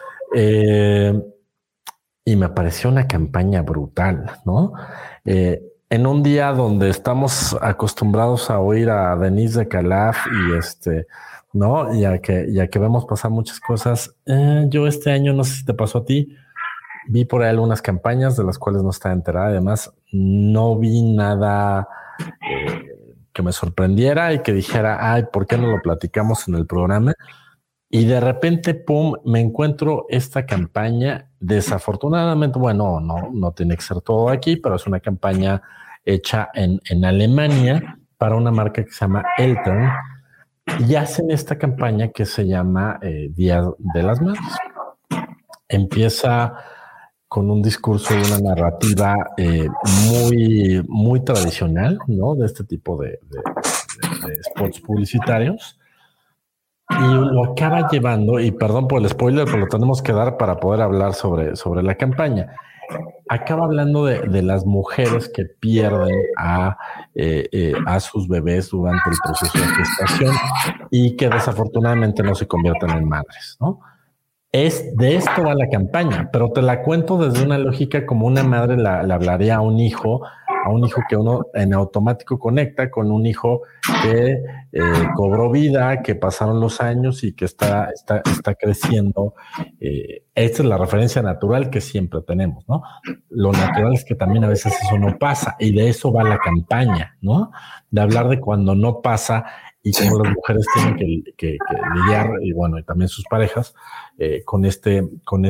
Y me pareció una campaña brutal, ¿no? En un día donde estamos acostumbrados a oír a Denise de Calaf y ¿no? Ya que vemos pasar muchas cosas, yo este año, no sé si te pasó a ti, vi por ahí algunas campañas de las cuales no estaba enterada. Además, no vi nada que me sorprendiera y que dijera, ay, ¿por qué no lo platicamos en el programa? Y de repente, pum, me encuentro esta campaña. Desafortunadamente, bueno, no tiene que ser todo aquí, pero es una campaña hecha en Alemania para una marca que se llama Eltern, y hacen esta campaña que se llama Día de las Madres. Empieza con un discurso y una narrativa muy tradicional, ¿no? De este tipo de spots publicitarios. Y lo acaba llevando, y perdón por el spoiler, pero lo tenemos que dar para poder hablar sobre la campaña. acaba hablando de las mujeres que pierden a sus bebés durante el proceso de gestación y que desafortunadamente no se convierten en madres, ¿no? De esto va la campaña, pero te la cuento desde una lógica como una madre le hablaría a un hijo que uno en automático conecta con un hijo que cobró vida, que pasaron los años y que está creciendo. Esta es la referencia natural que siempre tenemos, ¿no? Lo natural es que también a veces eso no pasa y de eso va la campaña, ¿no? De hablar de cuando no pasa y cómo las mujeres tienen que lidiar, y bueno, y también sus parejas, con este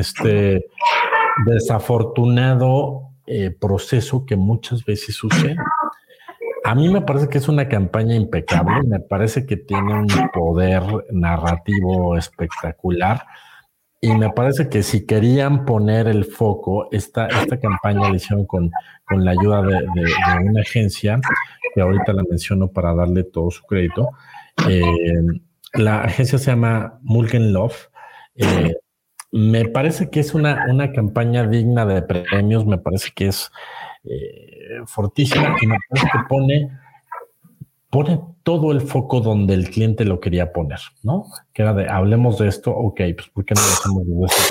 desafortunado proceso que muchas veces sucede. A mí me parece que es una campaña impecable, me parece que tiene un poder narrativo espectacular y me parece que si querían poner el foco, esta campaña la hicieron con la ayuda de una agencia, que ahorita la menciono para darle todo su crédito. La agencia se llama Mulken Love. Me parece que es una campaña digna de premios, me parece que es fortísima y me parece que pone todo el foco donde el cliente lo quería poner, ¿no? Que era de, hablemos de esto, ok, pues ¿por qué no lo hacemos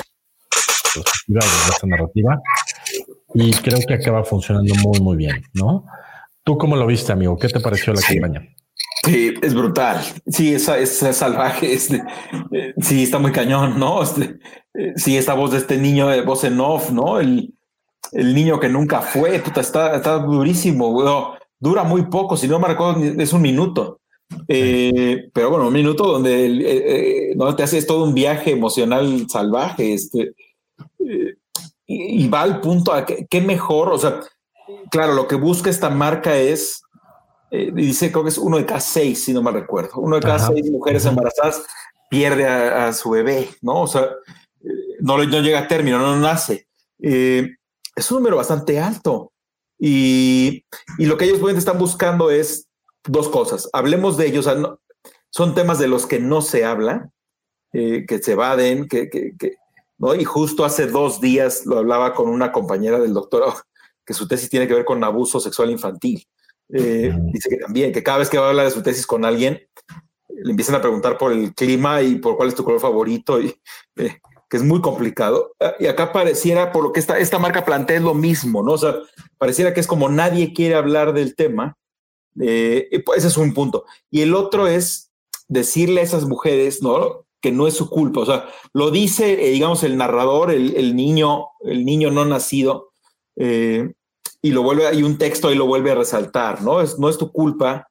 desde esta narrativa? Y creo que acaba funcionando muy, muy bien, ¿no? ¿Tú cómo lo viste, amigo? ¿Qué te pareció la campaña? Sí, es brutal. Sí, es salvaje. Sí, está muy cañón, ¿no? Sí, esta voz de este niño, voz en off, ¿no? El niño que nunca fue, puta, está durísimo. Bueno, dura muy poco, si no me recuerdo, es un minuto. Pero bueno, un minuto donde no te haces todo un viaje emocional salvaje. Y va al punto a qué mejor. O sea, claro, lo que busca esta marca es. Dice, creo que es 1 de cada 6, si no me recuerdo. 1 de cada 6 mujeres embarazadas pierde a su bebé, ¿no? O sea, no llega a término, no nace. Es un número bastante alto. Y lo que ellos están buscando es 2 cosas. Hablemos de ellos. O sea, no, son temas de los que no se habla, que se evaden, ¿no? Y justo hace 2 días lo hablaba con una compañera del doctorado, que su tesis tiene que ver con abuso sexual infantil. Dice que también, que cada vez que va a hablar de su tesis con alguien, le empiezan a preguntar por el clima y por cuál es tu color favorito, y que es muy complicado. Y acá pareciera, por lo que esta marca plantea, es lo mismo, ¿no? O sea, pareciera que es como nadie quiere hablar del tema. Pues ese es un punto. Y el otro es decirle a esas mujeres, ¿no?, que no es su culpa. O sea, lo dice, digamos, el narrador, el niño no nacido, y lo vuelve, hay un texto y lo vuelve a resaltar, ¿no? No es tu culpa,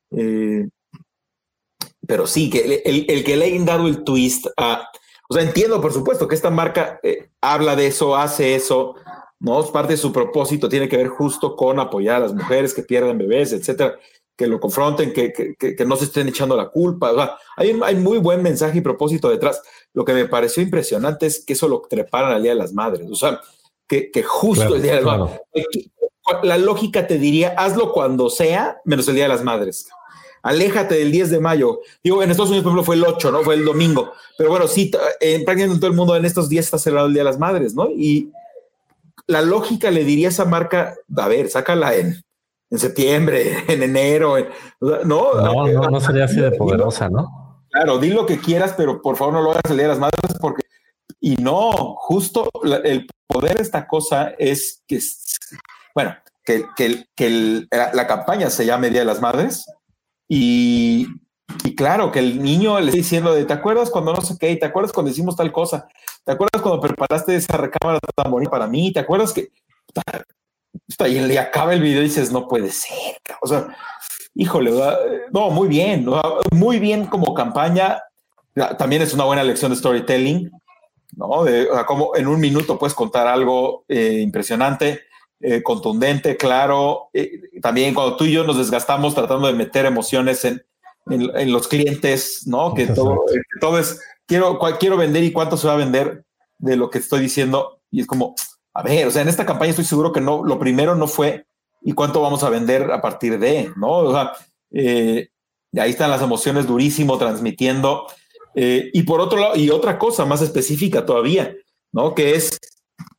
pero sí, que el que le hayan dado el twist o sea, entiendo, por supuesto, que esta marca habla de eso, hace eso, ¿no? Parte de su propósito tiene que ver justo con apoyar a las mujeres que pierden bebés, etcétera, que lo confronten, que no se estén echando la culpa. O sea, hay muy buen mensaje y propósito detrás. Lo que me pareció impresionante es que eso lo treparan al Día de las Madres. O sea, que justo claro, el Día de las Madres. La lógica te diría, hazlo cuando sea, menos el Día de las Madres. Aléjate del 10 de mayo. Digo, en Estados Unidos, por ejemplo, fue el 8, ¿no? Fue el domingo. Pero bueno, sí, prácticamente en todo el mundo en estos días está celebrado el Día de las Madres, ¿no? Y la lógica le diría a esa marca, a ver, sácala en septiembre, en enero. No sería así de poderosa, ¿no? Claro, di lo que quieras, pero por favor no lo hagas el Día de las Madres porque... Y no, justo el poder de esta cosa es que... Bueno, que la campaña se llame Día de las Madres y claro, que el niño le esté diciendo de, ¿te acuerdas cuando no sé qué? ¿Te acuerdas cuando hicimos tal cosa? ¿Te acuerdas cuando preparaste esa recámara tan bonita para mí? ¿Te acuerdas que...? Y le acaba el video y dices, no puede ser. O sea, híjole, no, muy bien, muy bien como campaña. También es una buena lección de storytelling, ¿no? O sea, como en un minuto puedes contar algo impresionante, contundente, claro. También cuando tú y yo nos desgastamos tratando de meter emociones en los clientes, ¿no? Que todo es, quiero vender y cuánto se va a vender de lo que estoy diciendo. Y es como, a ver, o sea, en esta campaña estoy seguro que no, lo primero no fue y cuánto vamos a vender a partir de, ¿no? O sea, ahí están las emociones durísimo transmitiendo. Y por otro lado, y otra cosa más específica todavía, ¿no? Que es,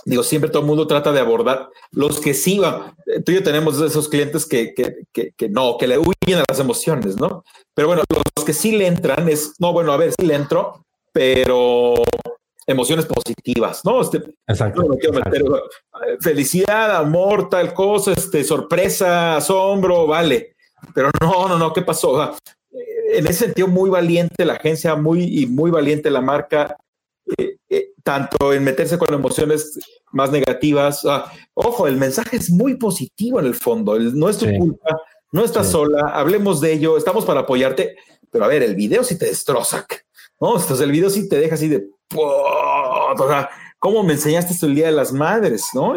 digo, siempre todo el mundo trata de abordar los que sí van. Tú y yo tenemos esos clientes que no, que le huyen a las emociones, ¿no? Pero bueno, los que sí le entran es, no, bueno, a ver, sí le entro, pero emociones positivas, ¿no? Exacto. No me quiero meter, felicidad, amor, tal cosa, sorpresa, asombro, vale. Pero no, ¿qué pasó? O sea, en ese sentido, muy valiente la agencia, muy valiente la marca, tanto en meterse con emociones más negativas. Ojo, el mensaje es muy positivo en el fondo. No es tu culpa, no estás sola, hablemos de ello, estamos para apoyarte. Pero a ver, el video sí te destroza, ¿no? Entonces el video sí te deja así de, o sea, ¿cómo me enseñaste esto el Día de las Madres? ¿No?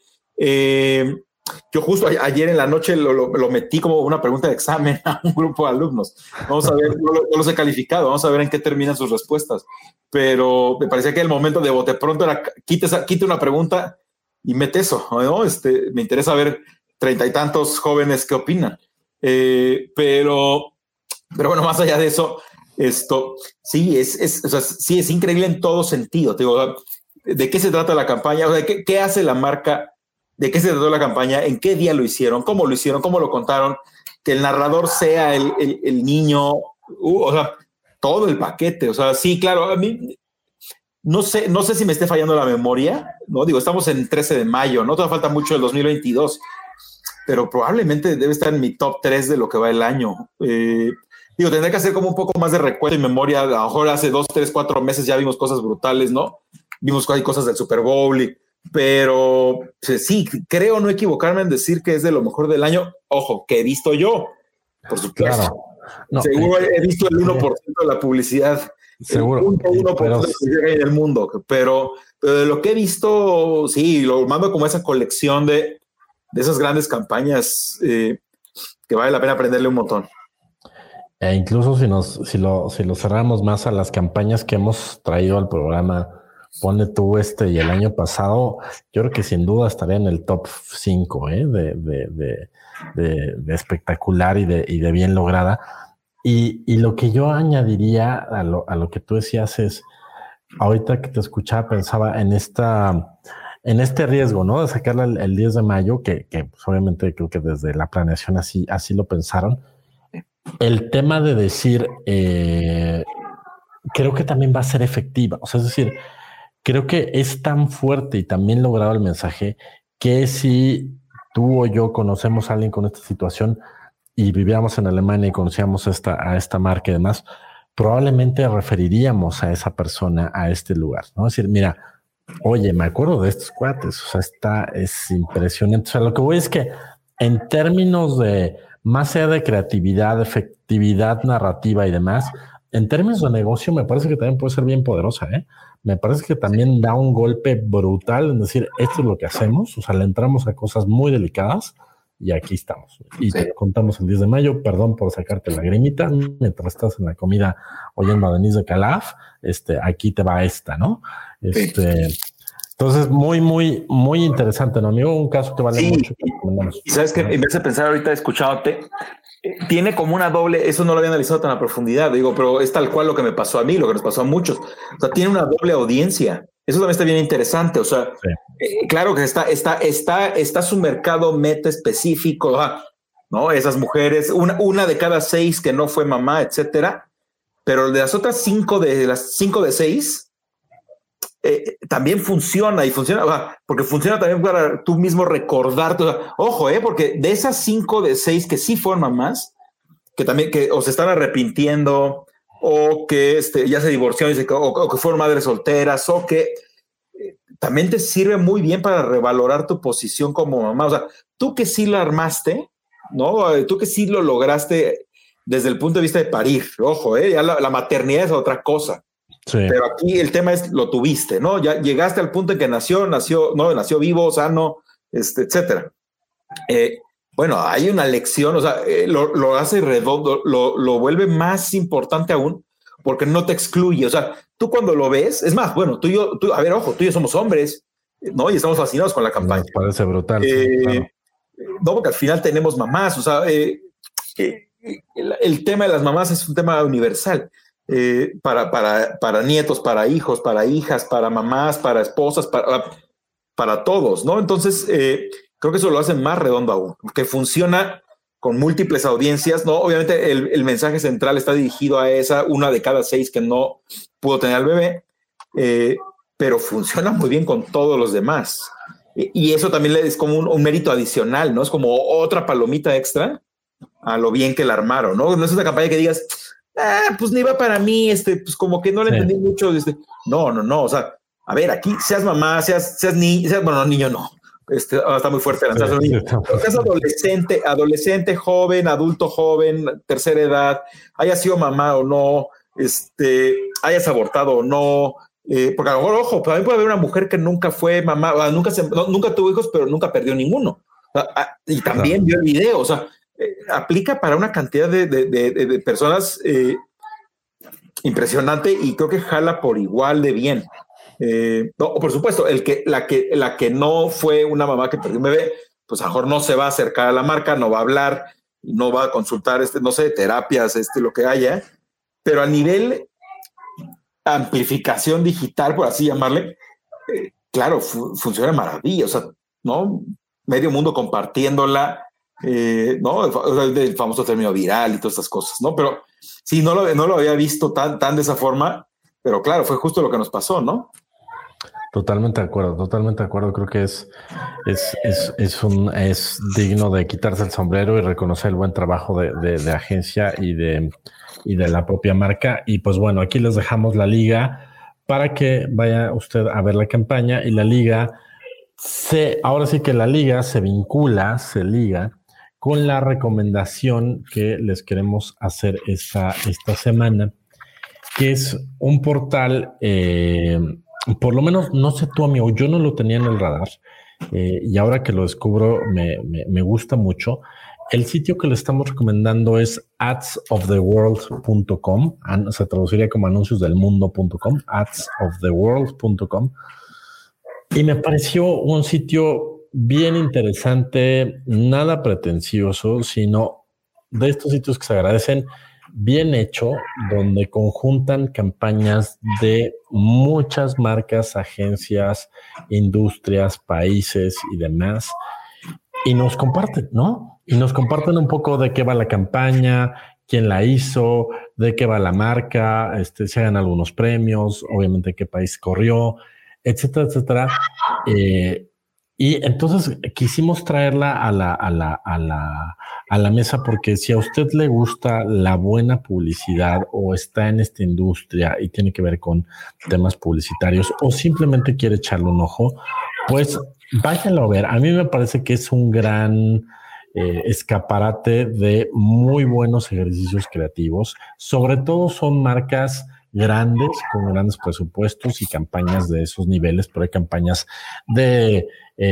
Yo justo ayer en la noche lo metí como una pregunta de examen a un grupo de alumnos. Vamos a ver, no los he calificado, vamos a ver en qué terminan sus respuestas. Pero me parecía que el momento de bote pronto era quite una pregunta y mete eso, ¿no? Me interesa ver 30 y tantos jóvenes qué opinan. Pero bueno, más allá de eso, sí es increíble en todo sentido. Te digo, ¿de qué se trata la campaña? O sea, ¿qué hace la marca? ¿De qué se trató la campaña? ¿En qué día lo hicieron? ¿Cómo lo hicieron? ¿Cómo lo contaron? Que el narrador sea el niño, o sea, todo el paquete. O sea, sí, claro, a mí no sé si me esté fallando la memoria, ¿no? Digo, estamos en 13 de mayo, no todavía falta mucho del 2022, pero probablemente debe estar en mi top 3 de lo que va el año. Digo, tendré que hacer como un poco más de recuerdo y memoria. A lo mejor hace 2, 3, 4 meses ya vimos cosas brutales, ¿no? Vimos cosas del Super Bowl, pero sí, creo no equivocarme en decir que es de lo mejor del año. Ojo, que he visto yo, por supuesto. Claro. No, seguro he visto el 1% de la publicidad. Seguro. El 1% de la publicidad en el mundo, pero de lo que he visto, sí, lo mando como esa colección de esas grandes campañas que vale la pena aprenderle un montón. E incluso si lo cerramos más a las campañas que hemos traído al programa, pone tú y el año pasado, yo creo que sin duda estaría en el top 5 de espectacular y de bien lograda. Y lo que yo añadiría a lo que tú decías es, ahorita que te escuchaba, pensaba en este riesgo, ¿no? De sacarla el 10 de mayo, que pues obviamente creo que desde la planeación así lo pensaron. El tema de decir, creo que también va a ser efectiva. O sea, es decir, creo que es tan fuerte y tan bien logrado el mensaje que si tú o yo conocemos a alguien con esta situación y vivíamos en Alemania y conocíamos a esta marca y demás, probablemente referiríamos a esa persona a este lugar, ¿no? Es decir, mira, oye, me acuerdo de estos cuates, o sea, es impresionante. O sea, lo que voy es que en términos de más allá de creatividad, efectividad narrativa y demás, en términos de negocio me parece que también puede ser bien poderosa, ¿eh? Me parece que también da un golpe brutal en decir, esto es lo que hacemos, o sea, le entramos a cosas muy delicadas y aquí estamos. Y te lo contamos el 10 de mayo, perdón por sacarte la lagrimita, mientras estás en la comida oyendo a Denise de Calaf, aquí te va esta, ¿no? Entonces, muy, muy, muy interesante, ¿no, amigo? Un caso que vale mucho. Y sabes que en vez de pensar ahorita escuchándote, tiene como una doble, eso no lo había analizado tan a profundidad, digo, pero es tal cual lo que me pasó a mí, lo que nos pasó a muchos. O sea, tiene una doble audiencia. Eso también está bien interesante. O sea, claro que está su mercado meta específico, ¿no? Esas mujeres, una de cada 6 que no fue mamá, etcétera. Pero de las otras 5 de 6, también funciona porque funciona también para tú mismo recordarte. O sea, ojo, porque de esas 5 de 6 que sí fueron mamás, que también o se están arrepintiendo o que ya se divorciaron o que fueron madres solteras o que también te sirve muy bien para revalorar tu posición como mamá. O sea, tú que sí la armaste, ¿no? Tú que sí lo lograste desde el punto de vista de parir. Ojo, ya la maternidad es otra cosa. Sí. Pero aquí el tema es lo tuviste, ¿no? Ya llegaste al punto en que nació vivo, sano, etcétera. Bueno, hay una lección, o sea, lo hace redondo, lo vuelve más importante aún, porque no te excluye. O sea, tú cuando lo ves, es más, bueno, tú y yo somos hombres, ¿no? Y estamos fascinados con la campaña. Me parece brutal. Claro. No, porque al final tenemos mamás, o sea, el tema de las mamás es un tema universal. Para nietos, para hijos, para hijas, para mamás, para esposas, para todos, ¿no? Entonces, creo que eso lo hace más redondo aún, que funciona con múltiples audiencias, ¿no? Obviamente el mensaje central está dirigido a esa, 1 de cada 6 que no pudo tener al bebé, pero funciona muy bien con todos los demás. Y eso también es como un mérito adicional, ¿no? Es como otra palomita extra a lo bien que la armaron, ¿no? No es una campaña que digas, pues ni va para mí, pues como que no le entendí mucho. No, o sea, a ver, aquí seas mamá, seas niño, bueno, niño no. Está muy fuerte lanzarse. Seas adolescente, joven, adulto joven, tercera edad, hayas sido mamá o no, hayas abortado o no, porque a lo mejor, ojo, también puede haber una mujer que nunca fue mamá, nunca tuvo hijos, pero nunca perdió ninguno. Y también vio el video, o sea, aplica para una cantidad de personas impresionante, y creo que jala por igual de bien. No, por supuesto, la que no fue una mamá que perdió un bebé, pues a lo mejor no se va a acercar a la marca, no va a hablar, no va a consultar, no sé, terapias, lo que haya, pero a nivel amplificación digital, por así llamarle, claro, funciona maravilla, o sea, ¿no? Medio mundo compartiéndola, ¿no? El famoso término viral y todas estas cosas, ¿no? Pero sí, no lo había visto tan de esa forma, pero claro, fue justo lo que nos pasó, ¿no? Totalmente de acuerdo. Creo que es digno de quitarse el sombrero y reconocer el buen trabajo de agencia y de la propia marca. Y pues bueno, aquí les dejamos la liga para que vaya usted a ver la campaña, y la liga ahora sí que la liga se liga con la recomendación que les queremos hacer esta semana, que es un portal, por lo menos, no sé tú, amigo, yo no lo tenía en el radar, y ahora que lo descubro me gusta mucho. El sitio que le estamos recomendando es adsoftheworld.com, se traduciría como anunciosdelmundo.com, adsoftheworld.com, y me pareció un sitio bien interesante, nada pretencioso, sino de estos sitios que se agradecen, bien hecho, donde conjuntan campañas de muchas marcas, agencias, industrias, países y demás, y nos comparten, ¿no? Y nos comparten un poco de qué va la campaña, quién la hizo, de qué va la marca, se hagan algunos premios, obviamente qué país corrió, etcétera, etcétera. Y entonces quisimos traerla a la mesa, porque si a usted le gusta la buena publicidad, o está en esta industria y tiene que ver con temas publicitarios, o simplemente quiere echarle un ojo, pues váyalo a ver. A mí me parece que es un gran escaparate de muy buenos ejercicios creativos. Sobre todo son marcas grandes, con grandes presupuestos y campañas de esos niveles, pero hay campañas de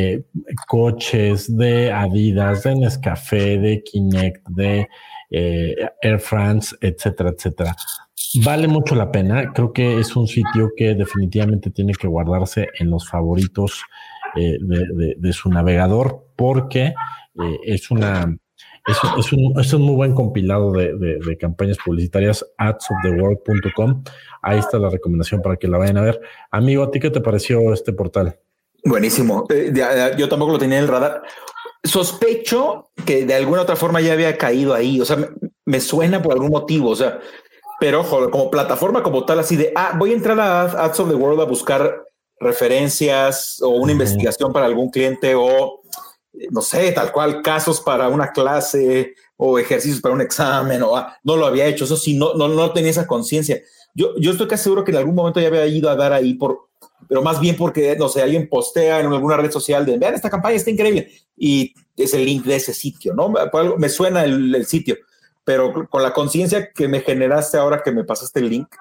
coches, de Adidas, de Nescafé, de Kinect, de Air France, etcétera, etcétera. Vale mucho la pena. Creo que es un sitio que definitivamente tiene que guardarse en los favoritos de su navegador, porque es un muy buen compilado de campañas publicitarias. adsoftheworld.com. Ahí está la recomendación para que la vayan a ver. Amigo, ¿a ti qué te pareció este portal? Buenísimo. Yo tampoco lo tenía en el radar. Sospecho que de alguna otra forma ya había caído ahí. O sea, me suena por algún motivo. O sea, pero ojo, como plataforma como tal, así de, voy a entrar a Ads of the World a buscar referencias o una investigación para algún cliente, o no sé, tal cual, casos para una clase o ejercicios para un examen, o no lo había hecho. Eso sí, no tenía esa conciencia. Yo estoy casi seguro que en algún momento ya había ido a dar ahí, pero más bien porque, no sé, alguien postea en alguna red social de, vean, esta campaña está increíble, y es el link de ese sitio, ¿no? Me suena el sitio, pero con la conciencia que me generaste ahora que me pasaste el link,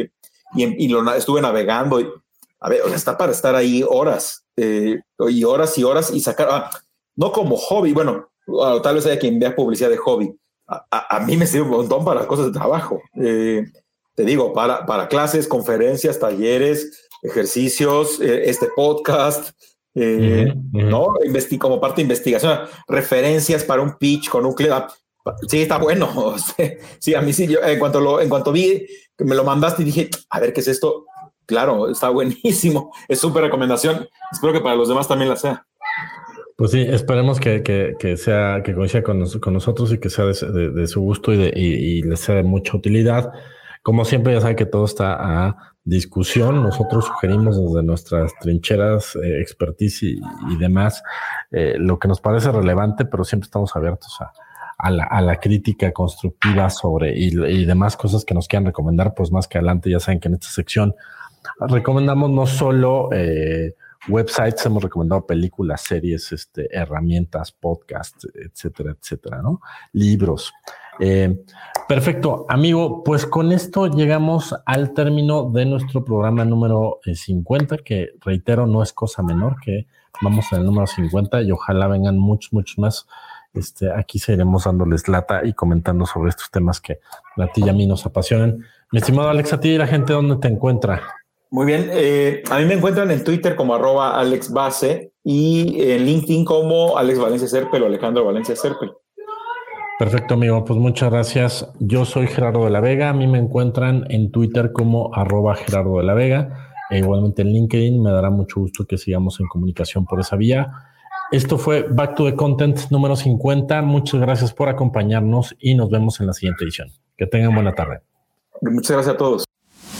y lo estuve navegando, y, a ver, o sea, está para estar ahí horas, y horas y horas, y sacar, no como hobby, bueno, tal vez haya quien vea publicidad de hobby. A mí me sirve un montón para cosas de trabajo. Te digo, para clases, conferencias, talleres, ejercicios, este podcast, ¿no? Como parte de investigación, referencias para un pitch con un cliente. Sí, está bueno. Sí, a mí sí. Yo, en cuanto vi que me lo mandaste, dije, a ver, ¿qué es esto? claro, está buenísimo. Es súper recomendación. Espero que para los demás también la sea. Pues sí, esperemos que coincida con nosotros y que sea de su gusto y les sea de mucha utilidad. Como siempre, ya saben que todo está a discusión. Nosotros sugerimos desde nuestras trincheras, expertise y demás, lo que nos parece relevante, pero siempre estamos abiertos a la crítica constructiva sobre y demás cosas que nos quieran recomendar. Pues más que adelante, ya saben que en esta sección recomendamos no solo websites, hemos recomendado películas, series, herramientas, podcasts, etcétera, etcétera, ¿no? Libros. Perfecto, amigo, pues con esto llegamos al término de nuestro programa número 50, que reitero, no es cosa menor, que vamos en el número 50 y ojalá vengan muchos más. Aquí seguiremos dándoles lata y comentando sobre estos temas que a ti y a mí nos apasionan. Mi estimado Alex, a ti y la gente, ¿dónde te encuentra? Muy bien, a mí me encuentran en Twitter como @AlexBase y en LinkedIn como Alex Valencia Serpel o Alejandro Valencia Serpel. Perfecto, amigo, pues muchas gracias. Yo soy Gerardo de la Vega, a mí me encuentran en Twitter como @Gerardo de la Vega e igualmente en LinkedIn. Me dará mucho gusto que sigamos en comunicación por esa vía. Esto fue Back to the Content número 50. Muchas gracias por acompañarnos y nos vemos en la siguiente edición. Que tengan buena tarde. Muchas gracias a todos.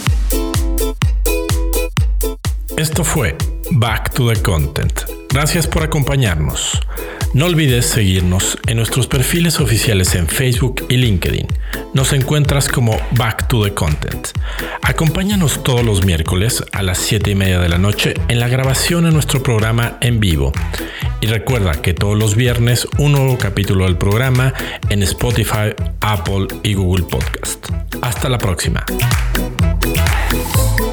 Esto fue Back to the Content. Gracias por acompañarnos. No olvides seguirnos en nuestros perfiles oficiales en Facebook y LinkedIn. Nos encuentras como Back to the Content. Acompáñanos todos los miércoles a las 7:30 de la noche en la grabación de nuestro programa en vivo. Y recuerda que todos los viernes un nuevo capítulo del programa en Spotify, Apple y Google Podcast. Hasta la próxima.